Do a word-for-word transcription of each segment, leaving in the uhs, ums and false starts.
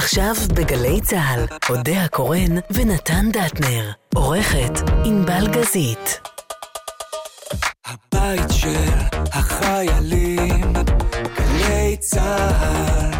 עכשיו בגלי צהל, אודה הקורן ונתן דטנר, עורכת ענבל גזית. הבית של החיילים, גלי צהל.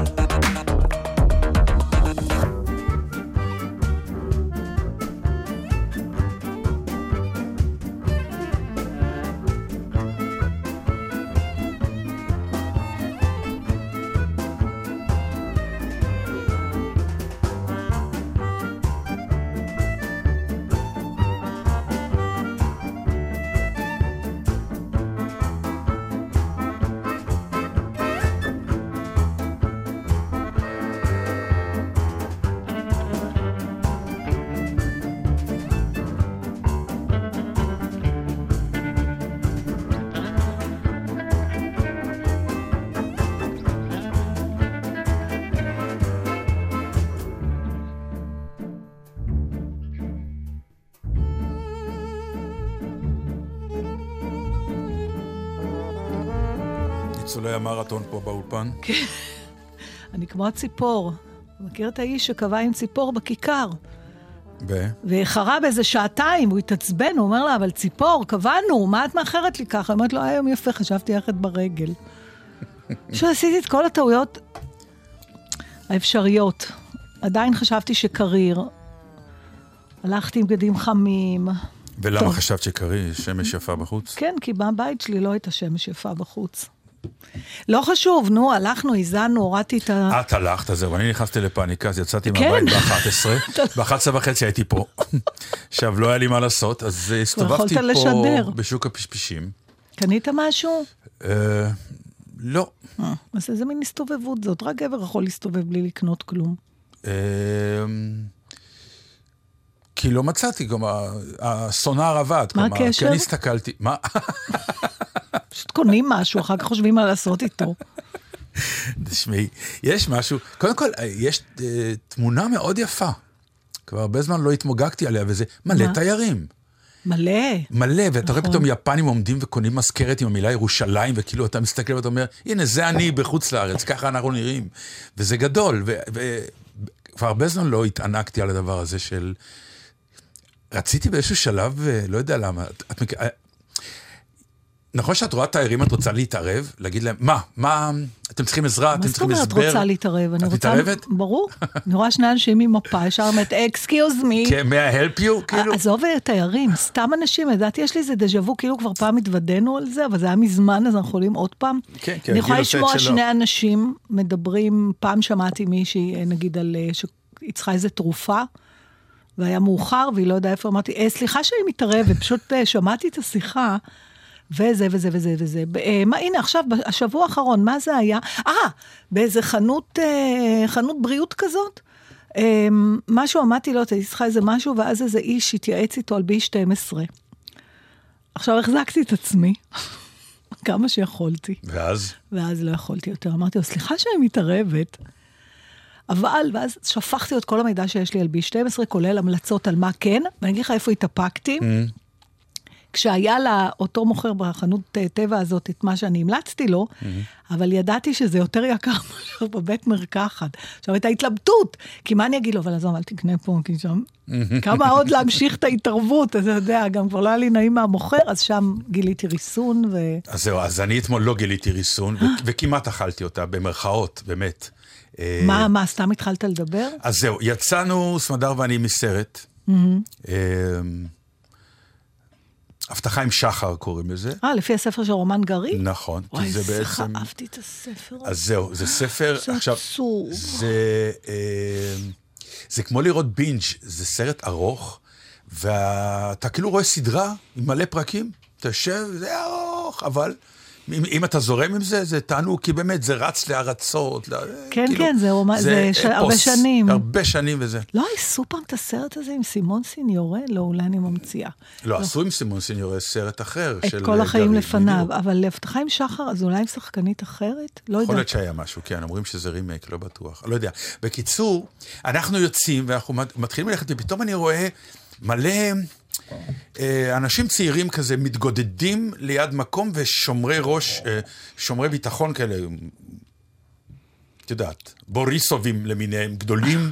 ניצולי המרתון פה באולפן. כן. אני כמו הציפור. מכיר את האיש שקבע עם ציפור בכיכר? ב? וחרה באיזה שעתיים, הוא התעצבן, הוא אומר לה, אבל ציפור, קבענו, מה את מאחרת לי ככה? היא אומרת לו, היום יפה, חשבתי ללכת ברגל. שעשיתי את כל הטעויות האפשריות. עדיין חשבתי שקריר. הלכתי עם בגדים חמים. ולמה טוב. חשבת שקרי? שמש יפה בחוץ? כן, כי בבית שלי לא הייתה שמש יפה בחוץ. לא חשוב, נו, הלכנו, הזענו, הורדתי את ה... את הלכת, זהו, אני נכנסתי לפאניקה, אז יצאתי כן. מהבית ב-אחת עשרה, ב-אחת עשרה וחצי הייתי פה. עכשיו, לא היה לי מה לעשות, אז הסתובבתי פה לשדר. בשוק הפשפישים. קנית משהו? אה, לא. אה, אז איזה מין הסתובבות זאת, רק גבר יכול להסתובב בלי לקנות כלום. אה, כי לא מצאתי, גם הסונר עבד. מה הקשר? כן הסתכלתי, מה? פשוט קונים משהו, אחר כך חושבים מה לעשות איתו. תשמעי, יש משהו, קודם כל, יש uh, תמונה מאוד יפה. כבר הרבה זמן לא התמוגגתי עליה, וזה מלא מה? תיירים. מלא. מלא, ואתה נכון. רואה פתאום יפנים עומדים וקונים מזכרת עם המילה ירושלים, וכאילו אתה מסתכל ואתה אומר, הנה, זה אני בחוץ לארץ, ככה אנחנו נראים. וזה גדול, וכבר הרבה זמן לא התענקתי על הדבר הזה של... רציתי באיזשהו שלב, לא יודע למה, את מכ... נכון שאת רואה תיירים, את רוצה להתערב, להגיד להם, מה, מה, אתם צריכים עזרה, אתם צריכים הסבר? מה זאת אומרת רוצה להתערב? את מתערבת? ברור. אני רואה שני אנשים עם מפה, ישר אומרת, excuse me. כן, may I help you? כאילו? עזוב תיירים, סתם אנשים, לדעתי יש לי איזה דז'אבו, כאילו כבר פעם התוודענו על זה, אבל זה היה מזמן, אז אנחנו יכולים עוד פעם. כן, כן, אני יכולה גיל עושה את לשמוע שלו. שני אנשים מדברים, פעם שמעתי מישהי, נגיד, על שהיא צריכה איזה תרופה, והיה מאוחר, והיא לא יודע איפה, אמרתי, אה, סליחה שאני מתערבת, פשוט שמעתי את השיחה, וזה וזה וזה וזה. מה, הנה, עכשיו, השבוע האחרון, מה זה היה? אה, באיזה חנות, חנות בריאות כזאת, משהו, אמרתי לו, אתה צריכה איזה משהו, ואז איזה איש התייעץ איתו על בי שתים עשרה. עכשיו, החזקתי את עצמי, כמה שיכולתי. ואז? ואז לא יכולתי יותר. אמרתי לו, סליחה שאני מתערבת, אבל, ואז שפכתי את כל המידע שיש לי על בי שתים עשרה, כולל המלצות על מה כן, ואני אגיד לך איפה התאפקתי, mm. כשהיה לה אותו מוכר בחנות טבע הזאת את מה שאני המלצתי לו, mm-hmm. אבל ידעתי שזה יותר יקר משהו בבית מרקחת. עכשיו, הייתה התלבטות, כי מה אני אגיד לו? אבל עזוב, אל תקנה פה, כי שם, mm-hmm. כמה עוד להמשיך את ההתערבות, אז אתה יודע, גם כבר לא היה לי נעים מהמוכר, אז שם גיליתי ריסון. ו... אז זהו, אז אני אתמול לא גיליתי ריסון, ו- וכמעט אכלתי אותה, במרכאות, באמת. מה, מה, סתם התחלת לדבר? אז זהו, יצאנו, סמדר ואני מסרט, mm-hmm. הבטחה עם שחר קוראים לזה. אה, לפי הספר של רומן גרי? נכון. וואי, זה בעצם... סליחה, אהבתי את הספר. אז זהו, זה ספר... זה עכשיו, עצוב. זה, אה, זה כמו לראות בינג', זה סרט ארוך, ואתה כאילו רואה סדרה עם מלא פרקים, אתה יושב, זה ארוך, אבל... אם, אם אתה זורם עם זה, זה תענו, כי באמת זה רץ לארצות. כן, כאילו, כן, זה, זה, זה ש... הרבה שנים. הרבה שנים וזה. לא עשו פעם את הסרט הזה עם סימון סיניורה? לא, אולי אני ממציאה. לא, לא. עשו עם סימון סיניורה סרט אחר. את כל החיים גרי, לפניו, בדיוק. אבל הבטחה עם שחר, אז אולי עם שחקנית אחרת? לא יכול להיות שהיה משהו, כן, אומרים שזה רימייק, לא בטוח. לא יודע. בקיצור, אנחנו יוצאים ואנחנו מתחילים ללכת, ופתאום אני רואה מלא... אנשים צעירים כזה מתגודדים ליד מקום ושומרי ראש, שומרי ביטחון כאלה, את יודעת, בוריסובים למיניהם גדולים,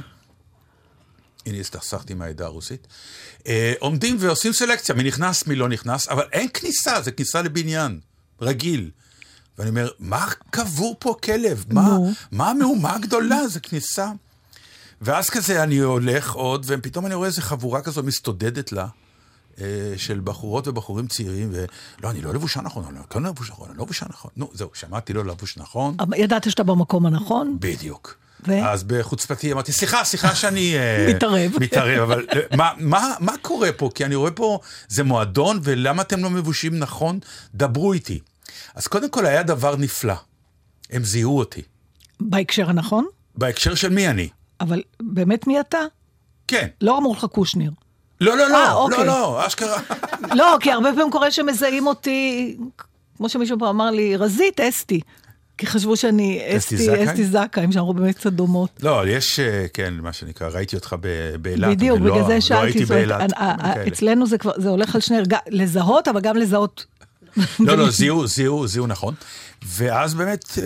הנה הסתכסכתי מהעדה הרוסית, אה, עומדים ועושים סלקציה, מי נכנס, מי לא נכנס, אבל אין כניסה, זה כניסה לבניין, רגיל. ואני אומר, מה קבור פה כלב? מה, מה המהומה הגדולה? זה כניסה. ואז כזה אני הולך עוד, ופתאום אני רואה איזו חבורה כזו מסתודדת לה, של בחורות ובחורים צעירים, ולא, אני לא לבושה נכון, אני לא לבוש נכון, אני לא לבושה נכון. נו, זהו, שמעתי לא לבוש נכון. ידעת שאתה במקום הנכון? בדיוק. אז בחוצפתי אמרתי, סליחה, סליחה שאני... מתערב. מתערב, אבל מה, מה, מה קורה פה? כי אני רואה פה, זה מועדון, ולמה אתם לא מבושים נכון? דברו איתי. אז קודם כל היה דבר נפלא. הם זיהו אותי. בהקשר הנכון? בהקשר של מי אני. אבל באמת מי אתה? כן. לא אמרו לך קושניר. לא, לא, לא, אוקיי. לא, לא, אשכרה. לא, כי הרבה פעמים קורה שמזהים אותי, כמו שמישהו פה אמר לי, רזית, אסתי. כי חשבו שאני אסתי, אסתי זקה, הם שאמרו באמת קצת דומות. לא, יש, כן, מה שנקרא, ראיתי אותך באילת. בדיוק, בגלל זה שאלתי. לא הייתי באילת. אצלנו זה כבר, זה הולך על שני, לזהות, אבל גם לזהות. לא, לא, זיהו, זיהו, זיהו נכון. ואז באמת,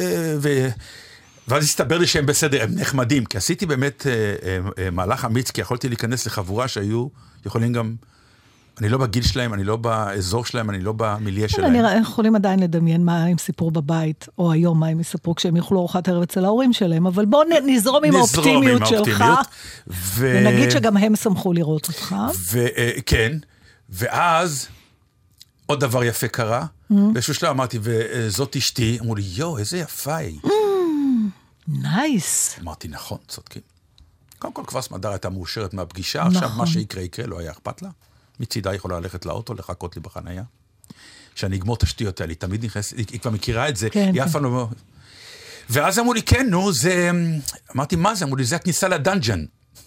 ואז הסתבר לי שהם בסדר, הם נחמדים, כי עשיתי באמת מהלך אמיץ, כי יכולתי להיכנס לחבורה שהיו יכולים גם, אני לא בגיל שלהם, אני לא באזור שלהם, אני לא במיליה שלהם. אני יכולים עדיין לדמיין מה הם סיפרו בבית, או היום מה הם יספרו כשהם יוכלו ארוחת ערב אצל ההורים שלהם, אבל בואו נזרום עם האופטימיות שלך, ונגיד שגם הם שמחו לראות אותך. כן, ואז עוד דבר יפה קרה, באיזשהו שלב אמרתי, וזאת אשתי, אמרו לי, יו, איזה יפה היא. נייס. אמרתי, נכון, צודקים. קודם כל, כבש מדר הייתה מאושרת מהפגישה, עכשיו מה שיקרה יקרה, לא היה אכפת לה. מצידה יכולה ללכת לאוטו, לחכות לי בחנייה. שאני אגמור תשתיות האלה, היא תמיד נכנסת, היא כבר מכירה את זה, היא אף פעם לא... ואז אמרו לי, כן, נו, זה... אמרתי, מה זה? אמרו לי, זה הכניסה לדנג'ן.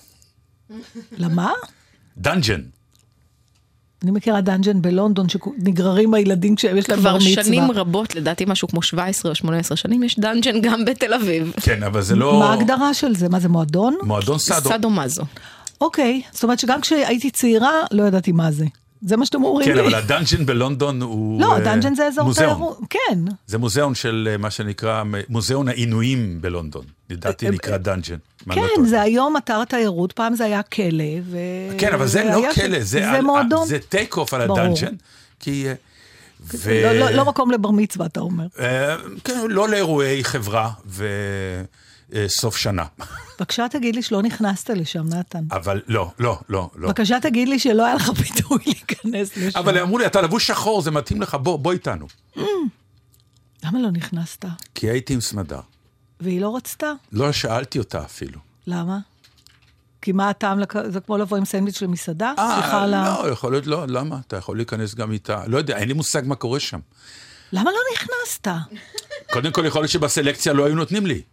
למה? דנג'ן. אני מכירה דנג'ן בלונדון, שנגררים הילדים כשיש להם בר מצווה. כבר שנים רבות, לדעתי משהו כמו שבע עשרה או שמונה עשרה שנים, יש דנג'ן גם בתל אביב. כן, אבל זה לא... מה ההגדרה של זה? מה זה, מועדון? מועדון סאדו. סאדו מזו. אוקיי, זאת אומרת שגם כשהייתי צעירה, לא ידעתי מה זה. זה מה שאתם אומרים לי. כן, אבל הדנג'ן בלונדון הוא... לא, הדנג'ן זה אזור תיירות. כן. זה מוזיאון של מה שנקרא, מוזיאון העינויים בלונדון. לדעתי נקרא דנג'ן. כן, זה היום אתר תיירות, פעם זה היה כלא. כן, אבל זה לא כלא, זה מועדון. זה טייק אוף על הדנג'ן. כי... לא מקום לבר מצווה, אתה אומר. כן, לא לאירועי חברה וסוף שנה. בבקשה תגיד לי שלא נכנסת לשם, נתן. אבל לא, לא, לא. בבקשה תגיד לי שלא היה לך פיתוי להיכנס לשם. אבל אמרו לי, אתה לבוש שחור, זה מתאים לך, בוא, בוא איתנו. למה לא נכנסת? כי הייתי עם סמדר. והיא לא רצתה? לא שאלתי אותה אפילו. למה? כי מה הטעם, זה כמו לבוא עם סנדוויץ' למסעדה? אה, לא, יכול להיות, לא, למה? אתה יכול להיכנס גם איתה. לא יודע, אין לי מושג מה קורה שם. למה לא נכנסת? קודם כל, יכול להיות שבסלקציה לא היו נותנים לי.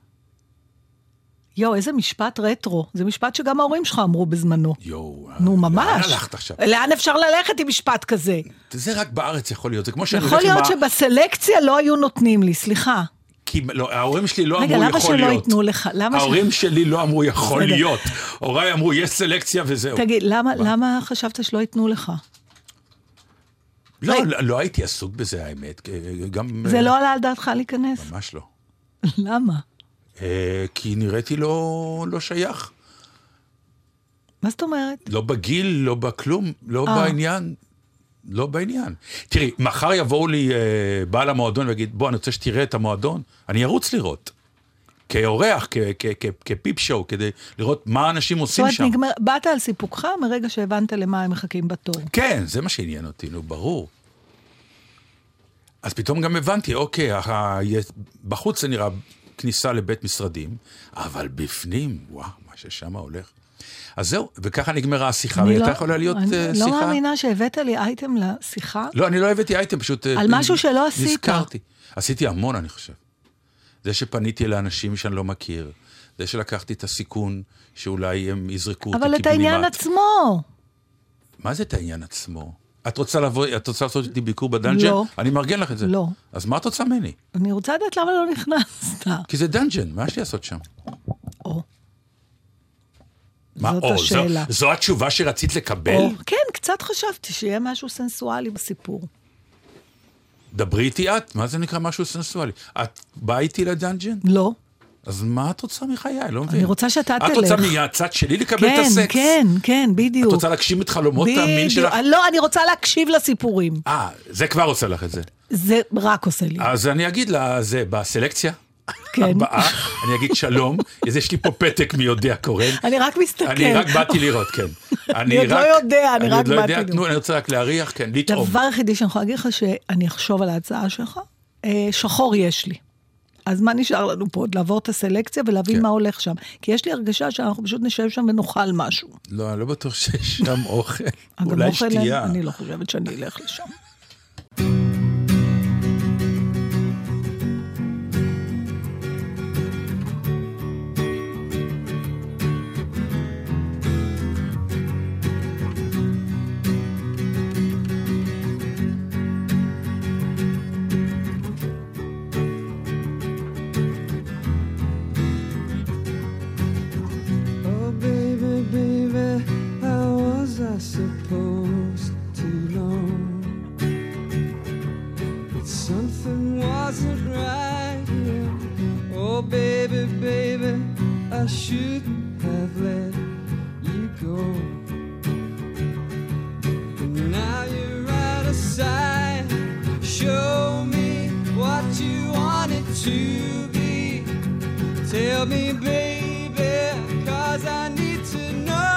יו, איזה משפט רטרו. זה משפט שגם ההורים שלך אמרו בזמנו. יו, נו, ממש. לאן הלכת עכשיו? לאן אפשר ללכת עם משפט כזה? זה רק בארץ יכול להיות. זה כמו שאני יכול להיות שבסלקציה לא היו נותנים לי, סליחה. כי לא, ההורים שלי לא רגע, אמרו יכול להיות. רגע, למה שלא ייתנו לך? ההורים שלי לא אמרו יכול להיות. הוריי אמרו, יש סלקציה וזהו. תגיד, למה, למה חשבת שלא ייתנו לך? לא, לא הייתי עסוק בזה, האמת. גם... זה לא עלה על דעתך להיכנס? ממש לא. למה? כי נראיתי לא, לא שייך. מה זאת אומרת? לא בגיל, לא בכלום, לא בעניין. לא בעניין. תראי, מחר יבואו לי בעל המועדון ויגיד, בוא, אני רוצה שתראה את המועדון, אני ארוץ לראות. כאורח, כפיפ שואו, כדי לראות מה אנשים עושים שם. זאת אומרת, באת על סיפוקך מרגע שהבנת למה הם מחכים בתור. כן, זה מה שעניין אותי, נו, ברור. אז פתאום גם הבנתי, אוקיי, בחוץ זה נראה כניסה לבית משרדים, אבל בפנים, וואו, מה ששם הולך. אז זהו, וככה נגמרה השיחה, והייתה יכולה להיות שיחה. אני לא מאמינה שהבאת לי אייטם לשיחה. לא, אני לא הבאתי אייטם, פשוט... על משהו שלא עשית. נזכרתי. עשיתי המון, אני חושב. זה שפניתי לאנשים שאני לא מכיר, זה שלקחתי את הסיכון, שאולי הם יזרקו אותי אבל את העניין עצמו. מה זה את העניין עצמו? את רוצה לבוא, את רוצה לעשות איתי ביקור בדנג'ן? לא. אני מארגן לך את זה. לא. אז מה את רוצה ממני? אני רוצה לדעת למה לא נכנסת. כי זה דנג'ן, מה יש לי לעשות שם? או. מה, זאת או, השאלה. זו, זו התשובה שרצית לקבל? או, כן, קצת חשבתי שיהיה משהו סנסואלי בסיפור. דברי איתי את, מה זה נקרא משהו סנסואלי? את באה איתי לדנג'ן? לא. אז מה את רוצה מחיי? לא מבין. אני רוצה שאתה תלך. את רוצה מהצד שלי לקבל כן, את הסקס? כן, כן, בדיוק. את רוצה להגשים את חלומות המין שלך? לא, אני רוצה להקשיב לסיפורים. אה, זה כבר עושה לך את זה. זה רק עושה לי. אז אני אגיד לה, זה בסלקציה. כן. הבאה, אני אגיד שלום, אז יש לי פה פתק מי יודע קורן. אני רק מסתכל. אני רק באתי לראות, כן. אני עוד לא יודע, אני רק באתי לראות. תנו, אני רוצה רק להריח, כן, לטעום. דבר היחידי שאני יכולה להגיד לך שאני אחשוב על ההצעה שלך, שחור יש לי. אז מה נשאר לנו פה? עוד לעבור את הסלקציה ולהבין מה הולך שם. כי יש לי הרגשה שאנחנו פשוט נשב שם ונאכל משהו. לא, אני לא בטוח שיש שם אוכל. אולי שתייה. אני לא חושבת שאני אלך לשם. Supposed to know that something wasn't right here. Oh baby, baby, I shouldn't have let you go. And now you're out of sight. Show me what you want it to be. Tell me, baby, 'cause I need to know.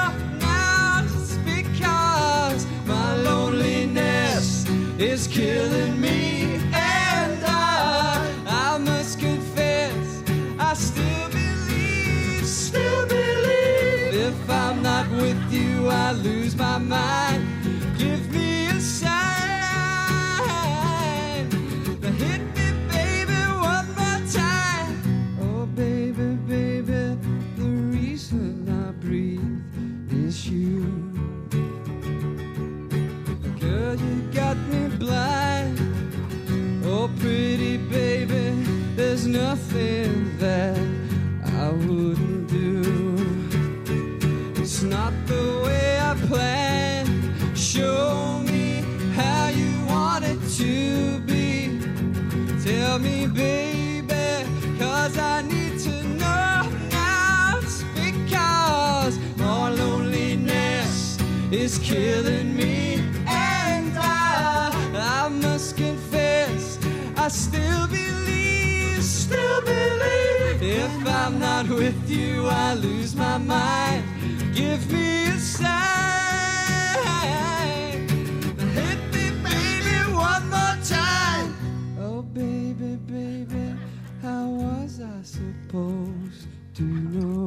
Is killing me, and I, I must confess, I still believe, still believe. If I'm not with you, I lose my mind. Give me a sign. Hit me, baby, one more time. Oh, baby, baby, the reason I breathe is you. Girl, you got me blind. Oh, pretty baby, there's nothing that I wouldn't do. It's not the way I planned. Show me how you want it to be. Tell me, baby, 'cause I need to know now. It's because more loneliness is killing me. I must confess, I still believe, still believe. If I'm not with you, I lose my mind. Give me a sign. Hit me, baby, one more time. Oh, baby, baby, how was I supposed to know?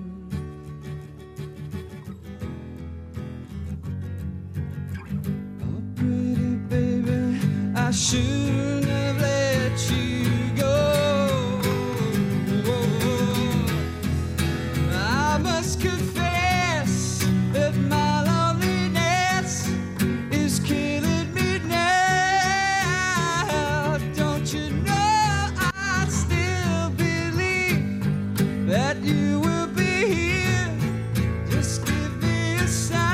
I shouldn't have let you go. I must confess that my loneliness is killing me now. Don't you know I still believe that you will be here. Just give me a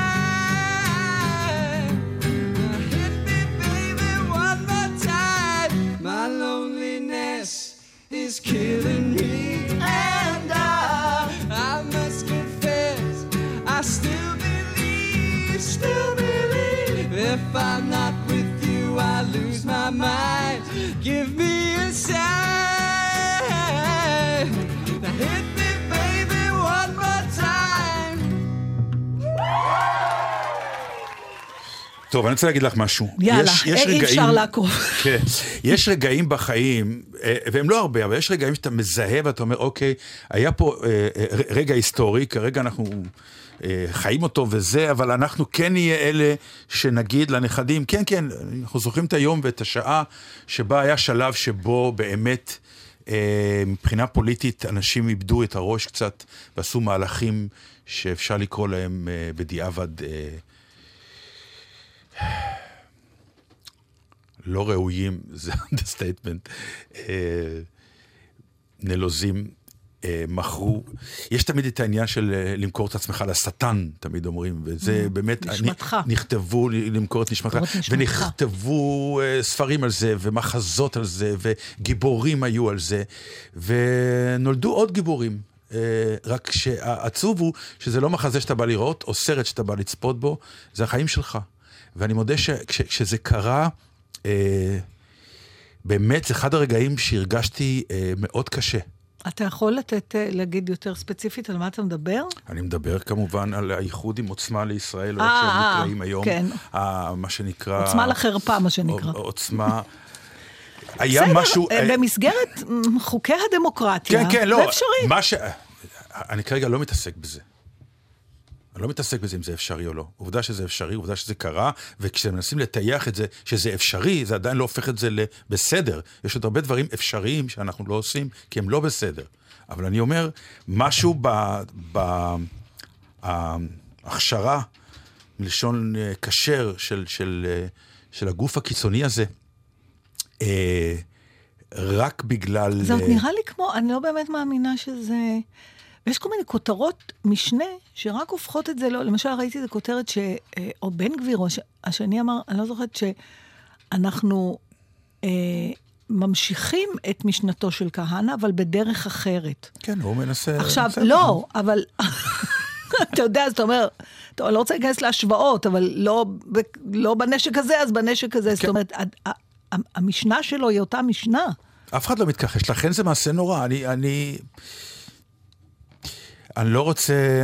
sign. Now hit me, baby, one more time. My loneliness is killing me, and I, I must confess, I still believe, still believe. If I'm not with you, I lose my mind. Give me a sign. Now hit me, baby, one more time. טוב, אני רוצה להגיד לך משהו. יאללה, יש, יש אי רגעים, אפשר לעקוב. כן, יש רגעים בחיים, והם לא הרבה, אבל יש רגעים שאתה מזהה ואתה אומר, אוקיי, היה פה רגע היסטורי, כרגע אנחנו חיים אותו וזה, אבל אנחנו כן נהיה אלה שנגיד לנכדים, כן, כן, אנחנו זוכרים את היום ואת השעה שבה היה שלב שבו באמת, מבחינה פוליטית, אנשים איבדו את הראש קצת, ועשו מהלכים שאפשר לקרוא להם בדיעבד לא ראויים, זה אנדרסטייטמנט, נלוזים, מכרו, יש תמיד את העניין של למכור את עצמך לשטן, תמיד אומרים, וזה באמת, נשמתך. נכתבו למכור את נשמתך, ונכתבו ספרים על זה, ומחזות על זה, וגיבורים היו על זה, ונולדו עוד גיבורים, רק שהעצוב הוא שזה לא מחזה שאתה בא לראות, או סרט שאתה בא לצפות בו, זה החיים שלך. ואני מודה שכשזה קרה, באמת זה אחד הרגעים שהרגשתי מאוד קשה. אתה יכול לתת, להגיד יותר ספציפית על מה אתה מדבר? אני מדבר כמובן על האיחוד עם עוצמה לישראל, או איך שהם נקראים היום, כן. מה שנקרא... עוצמה לחרפה, מה שנקרא. עוצמה... היה משהו... במסגרת חוקי הדמוקרטיה, כן, כן, לא, זה אפשרי. מה ש... אני כרגע לא מתעסק בזה. אני לא מתעסק בזה אם זה אפשרי או לא. עובדה שזה אפשרי, עובדה שזה קרה, וכשמנסים לתייח את זה שזה אפשרי, זה עדיין לא הופך את זה לבסדר. יש עוד הרבה דברים אפשריים שאנחנו לא עושים, כי הם לא בסדר. אבל אני אומר, משהו בהכשרה, מלשון קשר של, של, של הגוף הקיצוני הזה, רק בגלל... זה עוד נראה לי כמו, אני לא באמת מאמינה שזה... ויש כל מיני כותרות משנה שרק הופכות את זה, לא, למשל ראיתי את הכותרת ש... או בן גביר, או ש... השני אמר, אני לא זוכרת שאנחנו אה, ממשיכים את משנתו של כהנא, אבל בדרך אחרת. כן, הוא מנסה... עכשיו, לא, אבל... אתה יודע, אז אתה אומר, טוב, אני לא רוצה להיכנס להשוואות, אבל לא, לא בנשק הזה, אז בנשק הזה. זאת אומרת, המשנה שלו היא אותה משנה. אף אחד לא מתכחש, לכן זה מעשה נורא. אני... אני... אני לא רוצה...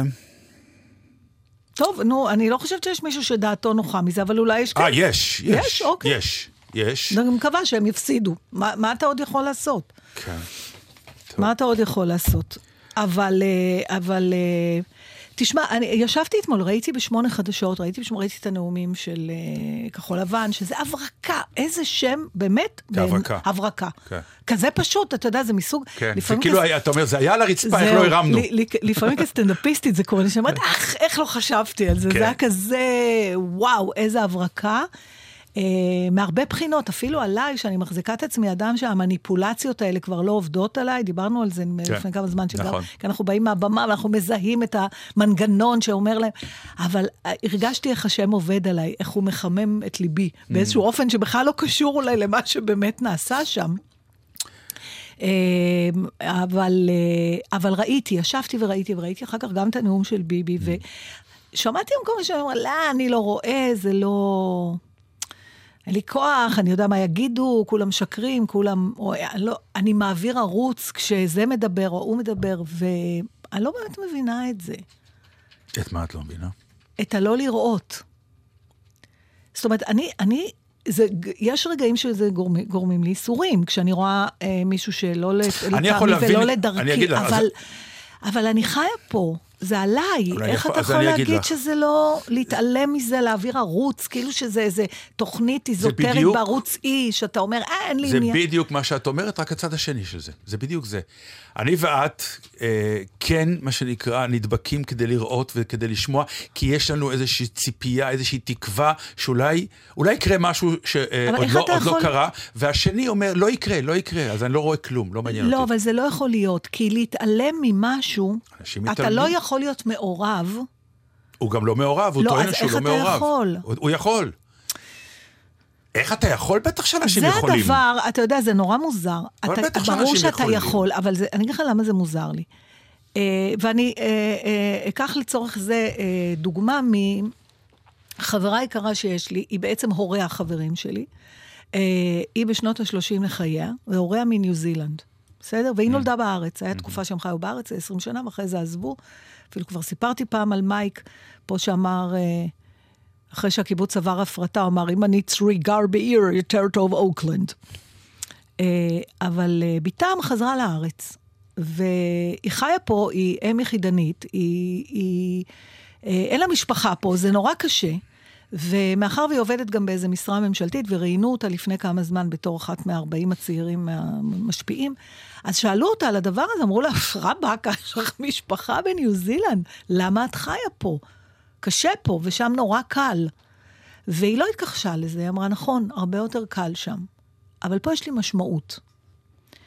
טוב, נו, אני לא חושבת שיש מישהו שדעתו נוחה מזה, אבל אולי יש... אה, יש, יש. יש, אוקיי. יש, יש. אני מקווה שהם יפסידו. מה, מה אתה עוד יכול לעשות? כן. מה אתה עוד יכול לעשות? אבל, אבל... תשמע, אני ישבתי אתמול, ראיתי בשמונה חדשות, ראיתי בשמונה, ראיתי את הנאומים של uh, כחול לבן, שזה הברקה, איזה שם, באמת? הברקה. הברקה. כן. כזה פשוט, אתה יודע, זה מסוג... כן, זה כאילו, כס... אתה אומר, זה היה על הרצפה, איך לא הרמנו. לפעמים כסטנדאפיסטית זה קורה, אני שאומרת, אך, איך לא חשבתי על זה, זה היה כזה, וואו, איזה הברקה. Uh, מהרבה בחינות, אפילו עליי, שאני מחזיקה את עצמי אדם שהמניפולציות האלה כבר לא עובדות עליי, דיברנו על זה כן. לפני כמה זמן, שגם, נכון. כי אנחנו באים מהבמה, ואנחנו מזהים את המנגנון שאומר להם, אבל הרגשתי איך השם עובד עליי, איך הוא מחמם את ליבי, mm. באיזשהו אופן שבכלל לא קשור אולי למה שבאמת נעשה שם. Uh, אבל, uh, אבל ראיתי, ישבתי וראיתי, וראיתי אחר כך גם את הנאום של ביבי, mm. ושמעתי במקום שאומר, לא, אני לא רואה, זה לא... אין לי כוח, אני יודע מה יגידו, כולם שקרים, כולם, או, לא, אני מעביר ערוץ כשזה מדבר או הוא מדבר, ואני לא באמת מבינה את זה. את מה את לא מבינה? את הלא לראות. זאת אומרת, אני, אני, זה, יש רגעים שזה גורמים, גורמים לי איסורים, כשאני רואה אה, מישהו שלא לטעמי ולא לדרכי, אבל, אז... אבל אני חיה פה. זה עליי, איך יכול, אתה יכול להגיד לך. שזה לא להתעלם מזה, להעביר ערוץ, כאילו שזה איזה תוכנית איזוטרית בערוץ אי, שאתה אומר, אה, אין לי זה עניין. זה בדיוק מה שאת אומרת, רק הצד השני של זה. זה בדיוק זה. אני ואת, אה, כן, מה שנקרא, נדבקים כדי לראות וכדי לשמוע, כי יש לנו איזושהי ציפייה, איזושהי תקווה, שאולי אולי יקרה משהו שעוד לא, יכול... לא קרה, והשני אומר, לא יקרה, לא יקרה, אז אני לא רואה כלום, לא מעניין לא, אותי. לא, אבל זה לא יכול להיות, כי להתעלם ממשהו, אתה לא יכול להיות מעורב. הוא גם לא מעורב, הוא לא, טוען שהוא לא מעורב. אז איך אתה יכול? הוא, הוא יכול. איך אתה יכול? בטח שאנשים זה יכולים. זה הדבר, אתה יודע, זה נורא מוזר. אבל אתה, בטח שאנשים ברור שאתה יכולים. יכול, אבל זה, אני אגיד לך למה זה מוזר לי. Uh, ואני uh, uh, אקח לצורך זה uh, דוגמה מחברה יקרה שיש לי, היא בעצם הוריה החברים שלי. Uh, היא בשנות ה-שלושים לחייה, והוריה מניו זילנד. בסדר? והיא נולדה בארץ. הייתה תקופה שהם חיו בארץ, עשרים שנה, ואחרי זה עזבו. אפילו כבר סיפרתי פעם על מייק, פה שאמר, אחרי שהקיבוץ עבר הפרטה, הוא אמר, אם אני three gar בעיר, יותר טוב אוקלנד. אבל ביתם חזרה לארץ, והיא חיה פה, היא אם יחידנית, היא, היא, אין לה משפחה פה, זה נורא קשה, ומאחר והיא עובדת גם באיזו משרה ממשלתית, וראיינו אותה לפני כמה זמן בתור אחת מה-ארבעים הצעירים המשפיעים, אז שאלו אותה על הדבר הזה, אמרו לה, רבאק, יש לך משפחה בניו זילנד, למה את חיה פה? קשה פה, ושם נורא קל. והיא לא התכחשה לזה, היא אמרה, נכון, הרבה יותר קל שם. אבל פה יש לי משמעות.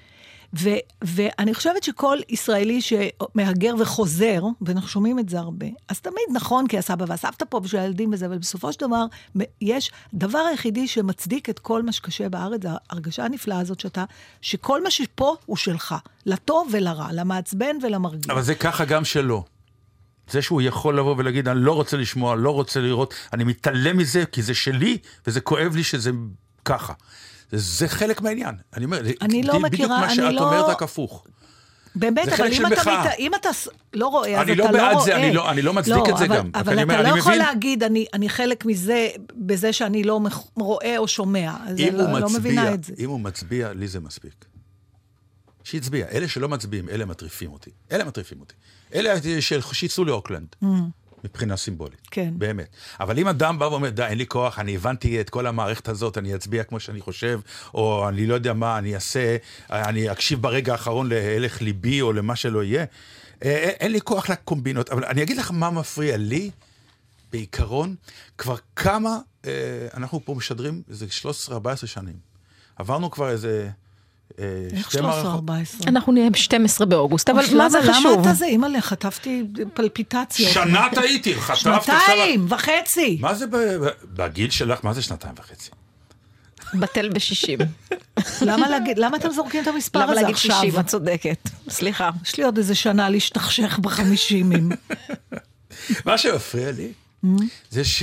ו, ואני חושבת שכל ישראלי שמהגר וחוזר, ואנחנו שומעים את זה הרבה, אז תמיד נכון, כי הסבא והסבתא פה בשביל הילדים וזה, אבל בסופו של דבר, יש דבר היחידי שמצדיק את כל מה שקשה בארץ, ההרגשה הנפלאה הזאת שאתה, שכל מה שפה הוא שלך, לטוב ולרע, למעצבן ולמרגיע. אבל זה ככה גם שלו. זה שהוא יכול לבוא ולהגיד, אני לא רוצה לשמוע, לא רוצה לראות, אני מתעלם מזה, כי זה שלי, וזה כואב לי שזה ככה. זה חלק מהעניין. אני אומר, אני לא מכירה, בדיוק מה שאת לא... אומרת רק הפוך. באמת, אבל אם אתה, מת... אם אתה לא רואה, אז אתה לא רואה. אני לא בעד זה, אני לא, אני לא מצדיק לא, את זה אבל, גם. אבל אתה אומר, לא אני יכול מבין... להגיד, אני, אני חלק מזה, בזה שאני לא רואה או שומע. אז אם לא, הוא לא מצביע, מבינה את זה. אם הוא מצביע, לי זה מספיק. שיצביע. אלה שלא מצביעים, אלה מטריפים אותי. אלה מטריפים אותי. אלה שיצאו לאוקלנד. Mm. מבחינה סימבולית. כן. באמת. אבל אם אדם בא ואומר, די, אין לי כוח, אני הבנתי את כל המערכת הזאת, אני אצביע כמו שאני חושב, או אני לא יודע מה, אני אעשה, אני אקשיב ברגע האחרון להלך ליבי, או למה שלא יהיה, אין לי כוח לקומבינות. אבל אני אגיד לך מה מפריע לי, בעיקרון, כבר כמה, אנחנו פה משדרים, זה שלוש עשרה ארבע עשרה שנים. עברנו כבר איזה... איך שלוש עשרה ארבע עשרה? אנחנו נהיה ב-שתים עשרה באוגוסט, אבל מה זה חשוב? למה אתה זה? אימא'לה, חטפתי פלפיטציות. שנה טעיתי, חטפת... שנתיים וחצי. מה זה בגיל שלך? מה זה שנתיים וחצי? בטל ב-שישים. למה אתם זורקים את המספר הזה עכשיו? למה להגיד שישים? את צודקת. סליחה. יש לי עוד איזה שנה להשתכשך בחמישימים. מה שמפריע לי, זה ש...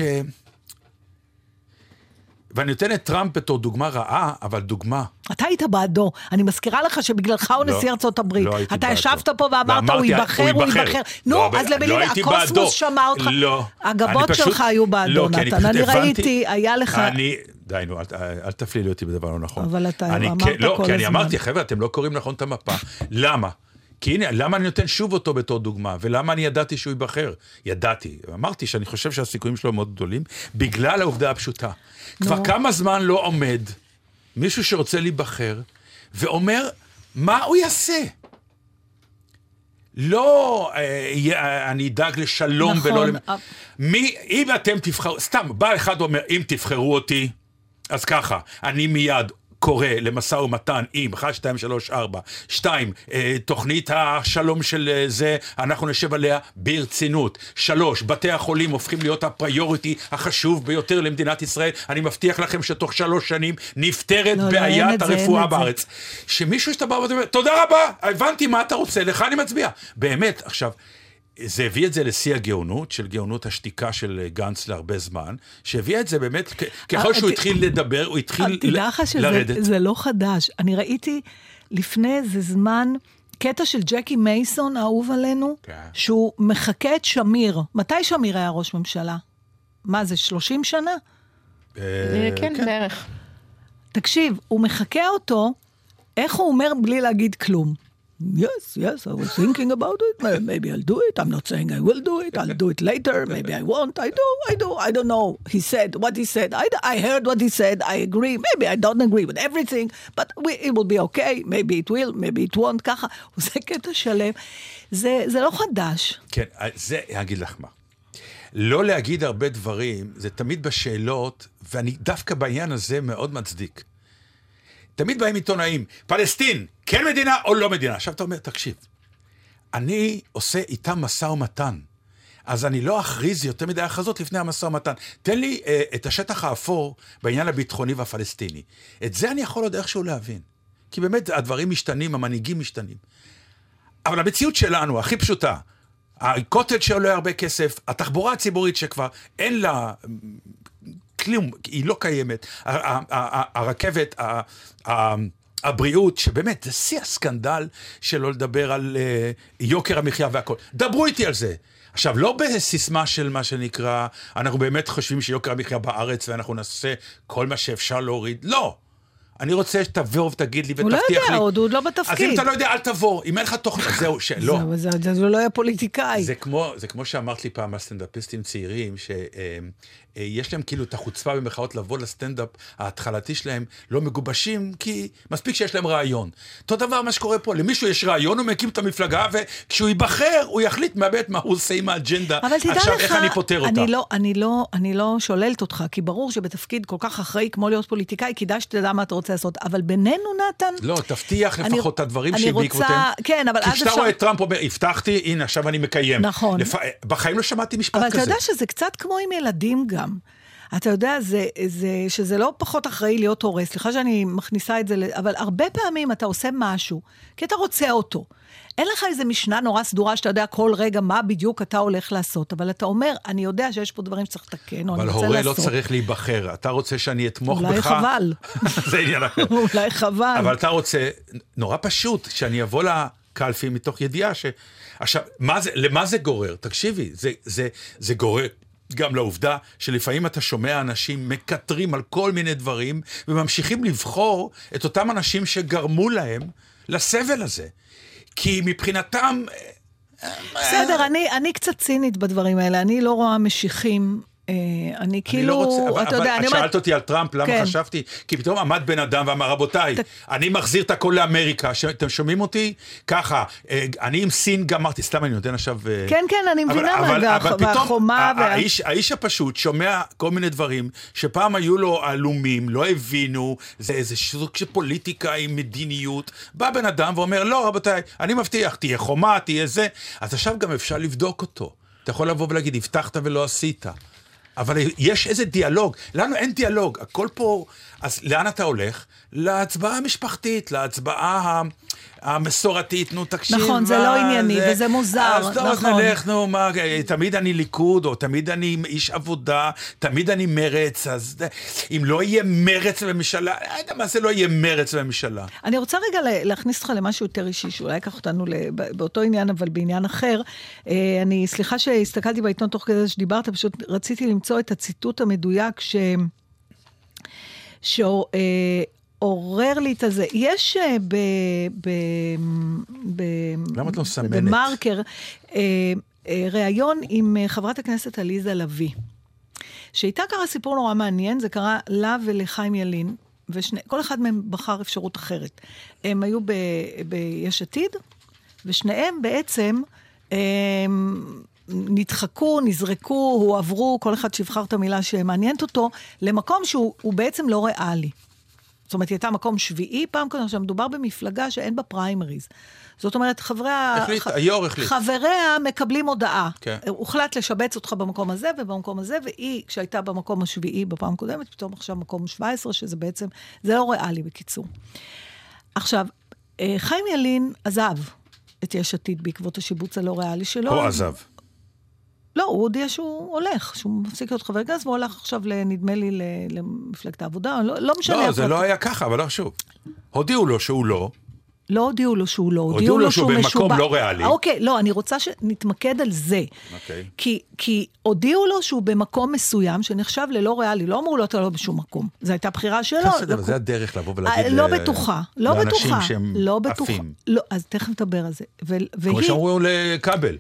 ואני נותן את טראמפ בתור דוגמה רעה, אבל דוגמה. אתה היית בעדו. אני מזכירה לך שבגללך הוא נשיא ארצות הברית. לא הייתי בעדו. אתה ישבת פה ואמרת, הוא ייבחר, הוא ייבחר. נו, אז למילים, הקוסמוס שמע אותך. לא. הגבות שלך היו בעדו, נתן. אני ראיתי, היה לך... אני... די, נו, אל תפלילי אותי בדבר לא נכון. אבל אתה אמרת כל הזמן. לא, כי אני אמרתי, חבר'ה, אתם לא קוראים נכון את המפה. למה? כי הנה, למה אני נותן שוב אותו בתור דוגמה? ולמה אני ידעתי שהוא ייבחר? ידעתי. אמרתי שאני חושב שהסיכויים שלו מאוד גדולים, בגלל העובדה הפשוטה. כבר כמה זמן לא עומד מישהו שרוצה להיבחר, ואומר, מה הוא יעשה? לא, אה, אני אדאג לשלום נכון. ולא... מי, אם אתם תבחרו, סתם, בא אחד ואומר, אם תבחרו אותי, אז ככה, אני מיד... קורא למשא ומתן עם אחת, שתיים, שלוש, ארבע, שתיים, תוכנית השלום של זה, אנחנו נשב עליה ברצינות. שלוש, בתי החולים הופכים להיות הפריוריטי החשוב ביותר למדינת ישראל. אני מבטיח לכם שתוך שלוש שנים נפטרת לא, בעיית לא, הרפואה בארץ. זה. שמישהו שאתה בא ואומר, תודה רבה, הבנתי מה אתה רוצה, לך אני מצביע. באמת, עכשיו, זה הביא את זה לשיא הגאונות, של גאונות השתיקה של גנץ להרבה זמן, שהביא את זה באמת, ככל שהוא התחיל לדבר, הוא התחיל לרדת. זה לא חדש. אני ראיתי לפני איזה זמן, קטע של ג'קי מייסון, האהוב עלינו, שהוא מחכה את שמיר. מתי שמיר היה ראש ממשלה? מה זה, שלושים שנה? כן, בערך. תקשיב, הוא מחכה אותו, איך הוא אומר בלי להגיד כלום? Yes, yes, I was thinking about it. Maybe I'll do it. I'm not saying I will do it. I'll do it later. Maybe I won't. I do. I do. I don't know. He said what he said. I, I heard what he said. I agree. Maybe I don't agree with everything, but we, it will be okay. Maybe it will. Maybe it won't. ככה. זה קטע שלם. זה, זה לא חדש. כן, זה, אגיד לך מה. לא להגיד הרבה דברים, זה תמיד בשאלות, ואני דווקא בעניין הזה מאוד מצדיק. תמיד באים עיתונאים, פלסטין, כן מדינה או לא מדינה. עכשיו אתה אומר, תקשיב, אני עושה איתם מסע ומתן, אז אני לא אכריז יותר מדי הכרזות לפני המסע ומתן. תן לי אה, את השטח האפור בעניין הביטחוני והפלסטיני. את זה אני יכול עוד איכשהו להבין. כי באמת הדברים משתנים, המנהיגים משתנים. אבל המציאות שלנו, הכי פשוטה, הקוטג' שעולה הרבה כסף, התחבורה הציבורית שכבר אין לה... כלום, היא לא קיימת. הרכבת, הבריאות, שבאמת, זה שיא הסקנדל שלא לדבר על יוקר המחיה והכל. דברו איתי על זה. עכשיו, לא בסיסמה של מה שנקרא, אנחנו באמת חושבים שיוקר המחיה בארץ, ואנחנו נעשה כל מה שאפשר להוריד. לא! אני רוצה שתבוא ותגיד לי ותבטיח לי. הוא לא יודע, עוד, הוא עוד לא בתפקיד. אז אם אתה לא יודע, אל תבוא. אם אין לך תוכנית, זהו, שלא. זה, זה, זה לא היה פוליטיקאי. זה כמו, זה כמו שאמרת לי פעם על סטנדאפיסטים צעירים, יש להם כאילו את החוצפה במחאות לבוא לסטנדאפ ההתחלתי שלהם, לא מגובשים, כי מספיק שיש להם רעיון. אותו דבר מה שקורה פה, למישהו יש רעיון, הוא מקים את המפלגה, וכשהוא ייבחר, הוא יחליט מהבית מה הוא עושה עם האג'נדה. עכשיו, לך, איך אני פותר אותה? אני לא, אני לא, אני לא שוללת אותך, כי ברור שבתפקיד כל כך אחראי, כמו להיות פוליטיקאי, כדאי שתדע מה אתה רוצה לעשות. אבל בינינו, נתן... לא, תבטיח לפחות את הדברים שבעקבותיהם. כן, אבל אז אפשר... כי כשאתה רואה את טראמפ אומר, הבטחתי, הנה, עכשיו אני מקיים. נכון. לפ... בחיים לא שמעתי משפט אבל כזה. אתה יודע שזה קצת כמו עם ילדים גם. אתה יודע, זה, זה, שזה לא פחות אחראי להיות הורה. סליחה שאני מכניסה את זה, אבל הרבה פעמים אתה עושה משהו, כי אתה רוצה אותו. אין לך איזה משנה נורא סדורה שאתה יודע כל רגע מה בדיוק אתה הולך לעשות, אבל אתה אומר, אני יודע שיש פה דברים שצריך לתקן, או אני רוצה לעשות. אבל הורה לא צריך להיבחר, אתה רוצה שאני אתמוך אולי בך. אולי חבל. זה עניין אחר. אולי חבל. אבל אתה רוצה, נורא פשוט, שאני אבוא לקלפי מתוך ידיעה ש... עכשיו, מה זה, למה זה גורר? תקשיבי, זה, זה, זה גורר גם לעובדה שלפעמים אתה שומע אנשים מקטרים על כל מיני דברים, וממשיכים לבחור את אותם אנשים שגרמו להם לסבל הזה. כי מבחינתם... בסדר, אני, אני קצת צינית בדברים האלה, אני לא רואה משיכים, אני כאילו, לא רוצה, אבל, אתה יודע, אבל אני שאלת אומרת... אותי על טראמפ, למה כן. חשבתי? כי פתאום עמד בן אדם ואמר, רבותיי, ת... אני מחזיר את הכל לאמריקה, אתם שומעים אותי? ככה, אני עם סין גם אמרתי, סתם אני נותן עכשיו... כן, כן, אני מבינה מה, והחומה... וה... האיש, האיש הפשוט שומע כל מיני דברים, שפעם היו לו אלומים, לא הבינו, זה איזה סוג של פוליטיקה עם מדיניות, בא בן אדם ואומר, לא, רבותיי, אני מבטיח, תהיה חומה, תהיה זה, אז עכשיו גם אפשר לבדוק אותו. אתה יכול לבוא ולהגיד, הבטחת ולא עשית. אבל יש איזה דיאלוג, לנו אין דיאלוג, הכל פה, אז לאן אתה הולך? להצבעה המשפחתית, להצבעה המסורתית, נו תקשיב. נכון, זה לא ענייני, וזה מוזר, אז טוב, אז נלך, נו, מה, תמיד אני ליכוד, או תמיד אני איש עבודה, תמיד אני מרץ, אז אם לא יהיה מרץ בממשלה, אני יודע מה זה לא יהיה מרץ בממשלה. אני רוצה רגע להכניס אותך למשהו יותר אישי, שאולי ייקח אותנו באותו עניין, אבל בעניין אחר. אני, סליחה שהסתכלתי בעיתון תוך כדי שדיברת, פשוט רציתי למצוא את הציטוט המדויק ש... שעורר לי את הזה. יש ב... ב... ב... למה את לא מסמנת? במרקר, ראיון עם חברת הכנסת עליזה לביא, שהייתה קרה סיפור נורא מעניין, זה קרה לה ולחיים ילין, וכל אחד מהם בחר אפשרות אחרת. הם היו ב... ביש עתיד, ושניהם בעצם... נדחקו, נזרקו, הועברו, כל אחד שיבחר את המילה שמעניינת אותו, למקום שהוא בעצם לא ריאלי. זאת אומרת, היא הייתה מקום שביעי, פעם כזה, שמדובר במפלגה שאין בה פריימריז. זאת אומרת, חבריה... החליט, היור החליט. חבריה מקבלים הודעה. כן. הוחלט לשבץ אותך במקום הזה ובמקום הזה, והיא, כשהייתה במקום השביעי בפעם קודמת, פתאום עכשיו מקום שבע עשרה, שזה בעצם, זה לא ריאלי בקיצור. עכשיו, חיים ילין עזב את יש עתיד בעקבות השיבוץ הלא ריאלי שלו. הוא עזב. לא, הוא הודיע שהוא הולך, שהוא מפסיק להיות חבר כנסת, והוא הולך עכשיו, נדמה לי, למפלגת העבודה, לא, לא משנה. לא, זה לא היה ככה, אבל לא שוב. הודיעו לו שהוא לא. לא הודיעו לו שהוא לא, הודיעו לו שהוא במקום לא ריאלי. אוקיי, לא, אני רוצה שנתמקד על זה. אוקיי. כי, כי הודיעו לו שהוא במקום מסוים, שנחשב ללא ריאלי, לא אמרו לו אתה לא בשום מקום. זו הייתה בחירה שלו. בסדר, זה הדרך לבוא ולהגיד לא בטוחה, לא בטוחה. לאנשים שהם לא בטוחה. עפים. לא, אז תכף נדבר על זה. כמו שאמרו לכבל.